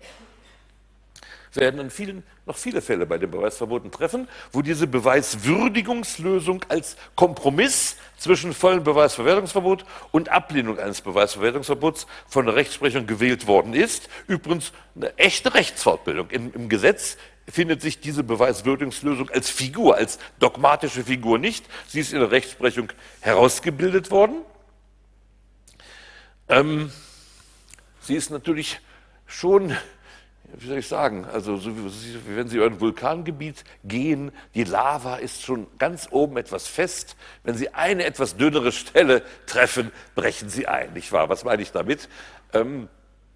S2: Wir werden in vielen, noch viele Fälle bei den Beweisverboten treffen, wo diese Beweiswürdigungslösung als Kompromiss zwischen vollem Beweisverwertungsverbot und Ablehnung eines Beweisverwertungsverbots von der Rechtsprechung gewählt worden ist. Übrigens eine echte Rechtsfortbildung. Im, im Gesetz findet sich diese Beweiswürdigungslösung als Figur, als dogmatische Figur nicht. Sie ist in der Rechtsprechung herausgebildet worden. Ähm, sie ist natürlich schon, wie soll ich sagen, also so wie wenn Sie über ein Vulkangebiet gehen, die Lava ist schon ganz oben etwas fest. Wenn Sie eine etwas dünnere Stelle treffen, brechen Sie ein, nicht wahr? Was meine ich damit? Ähm,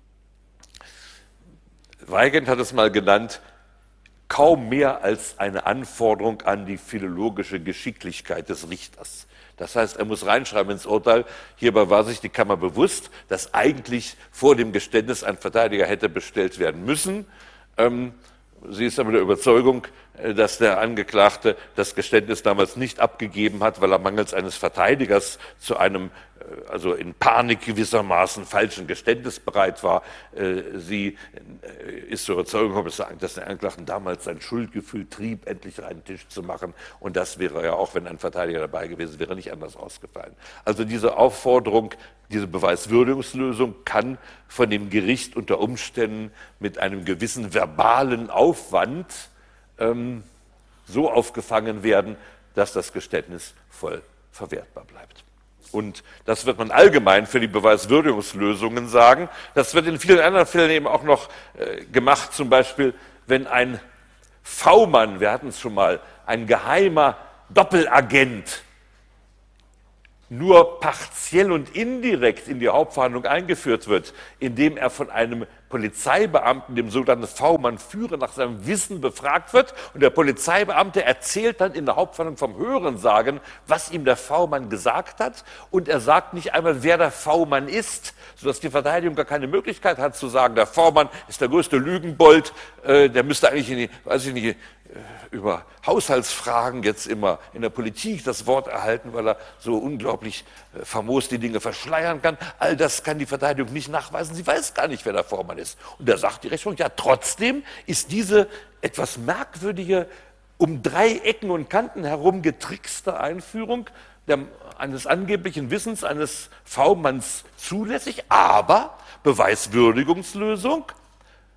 S2: Weigand hat es mal genannt, kaum mehr als eine Anforderung an die philologische Geschicklichkeit des Richters. Das heißt, er muss reinschreiben ins Urteil, hierbei war sich die Kammer bewusst, dass eigentlich vor dem Geständnis ein Verteidiger hätte bestellt werden müssen. Ähm, sie ist aber der Überzeugung, dass der Angeklagte das Geständnis damals nicht abgegeben hat, weil er mangels eines Verteidigers zu einem, also in Panik gewissermaßen, falschen Geständnis bereit war. Sie ist zur Überzeugung, dass der Angeklagte damals sein Schuldgefühl trieb, endlich reinen Tisch zu machen. Und das wäre ja auch, wenn ein Verteidiger dabei gewesen wäre, nicht anders ausgefallen. Also diese Aufforderung, diese Beweiswürdigungslösung kann von dem Gericht unter Umständen mit einem gewissen verbalen Aufwand ähm, so aufgefangen werden, dass das Geständnis voll verwertbar bleibt. Und das wird man allgemein für die Beweiswürdigungslösungen sagen. Das wird in vielen anderen Fällen eben auch noch äh, gemacht, zum Beispiel, wenn ein V-Mann, wir hatten es schon mal, ein geheimer Doppelagent nur partiell und indirekt in die Hauptverhandlung eingeführt wird, indem er von einem Polizeibeamten, dem sogenannten V-Mann-Führer, nach seinem Wissen befragt wird und der Polizeibeamte erzählt dann in der Hauptverhandlung vom Hörensagen, was ihm der V-Mann gesagt hat, und er sagt nicht einmal, wer der V-Mann ist, sodass die Verteidigung gar keine Möglichkeit hat zu sagen, der V-Mann ist der größte Lügenbold, äh, der müsste eigentlich in die, weiß ich nicht, über Haushaltsfragen jetzt immer in der Politik das Wort erhalten, weil er so unglaublich famos die Dinge verschleiern kann. All das kann die Verteidigung nicht nachweisen. Sie weiß gar nicht, wer der Vormann ist. Und da sagt die Rechtsprechung, ja, trotzdem ist diese etwas merkwürdige, um drei Ecken und Kanten herum getrickste Einführung der, eines angeblichen Wissens eines V-Manns zulässig, aber Beweiswürdigungslösung.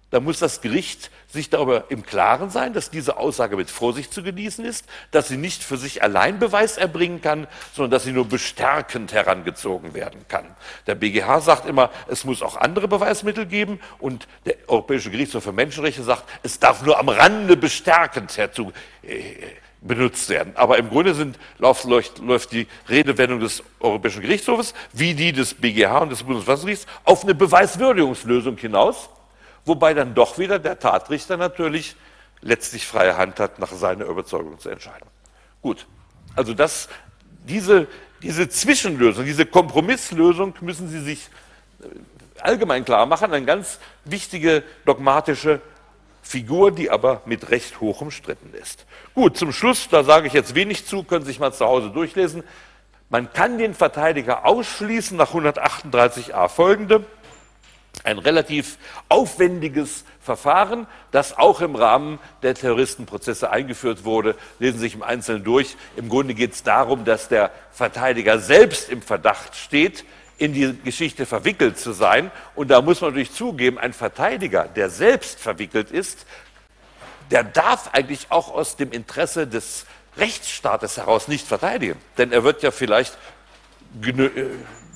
S2: Da muss das Gericht sich darüber im Klaren sein, dass diese Aussage mit Vorsicht zu genießen ist, dass sie nicht für sich allein Beweis erbringen kann, sondern dass sie nur bestärkend herangezogen werden kann. Der B G H sagt immer, es muss auch andere Beweismittel geben und der Europäische Gerichtshof für Menschenrechte sagt, es darf nur am Rande bestärkend herzu, äh, benutzt werden. Aber im Grunde sind, läuft, läuft, läuft die Redewendung des Europäischen Gerichtshofes wie die des B G H und des Bundesverfassungsgerichts auf eine Beweiswürdigungslösung hinaus, wobei dann doch wieder der Tatrichter natürlich letztlich freie Hand hat, nach seiner Überzeugung zu entscheiden. Gut, also das, diese, diese Zwischenlösung, diese Kompromisslösung müssen Sie sich allgemein klar machen, eine ganz wichtige dogmatische Figur, die aber mit Recht hoch umstritten ist. Gut, zum Schluss, da sage ich jetzt wenig zu, können Sie sich mal zu Hause durchlesen. Man kann den Verteidiger ausschließen nach hundertachtunddreißig a folgende. Ein relativ aufwendiges Verfahren, das auch im Rahmen der Terroristenprozesse eingeführt wurde. Lesen Sie sich im Einzelnen durch. Im Grunde geht es darum, dass der Verteidiger selbst im Verdacht steht, in die Geschichte verwickelt zu sein. Und da muss man natürlich zugeben, ein Verteidiger, der selbst verwickelt ist, der darf eigentlich auch aus dem Interesse des Rechtsstaates heraus nicht verteidigen. Denn er wird ja vielleicht genö äh,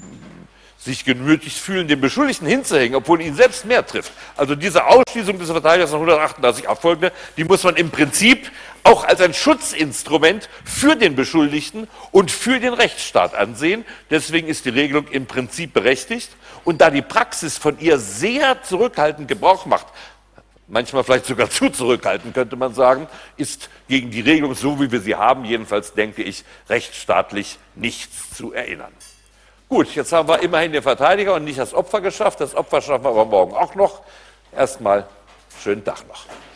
S2: sich genötigt fühlen, den Beschuldigten hinzuhängen, obwohl ihn selbst mehr trifft. Also diese Ausschließung des Verteidigers nach hundertachtunddreißig abfolgende, die muss man im Prinzip auch als ein Schutzinstrument für den Beschuldigten und für den Rechtsstaat ansehen. Deswegen ist die Regelung im Prinzip berechtigt. Und da die Praxis von ihr sehr zurückhaltend Gebrauch macht, manchmal vielleicht sogar zu zurückhaltend, könnte man sagen, ist gegen die Regelung, so wie wir sie haben, jedenfalls denke ich, rechtsstaatlich nichts zu erinnern. Gut, jetzt haben wir immerhin den Verteidiger und nicht das Opfer geschafft. Das Opfer schaffen wir aber morgen auch noch. Erstmal schönen Tag noch.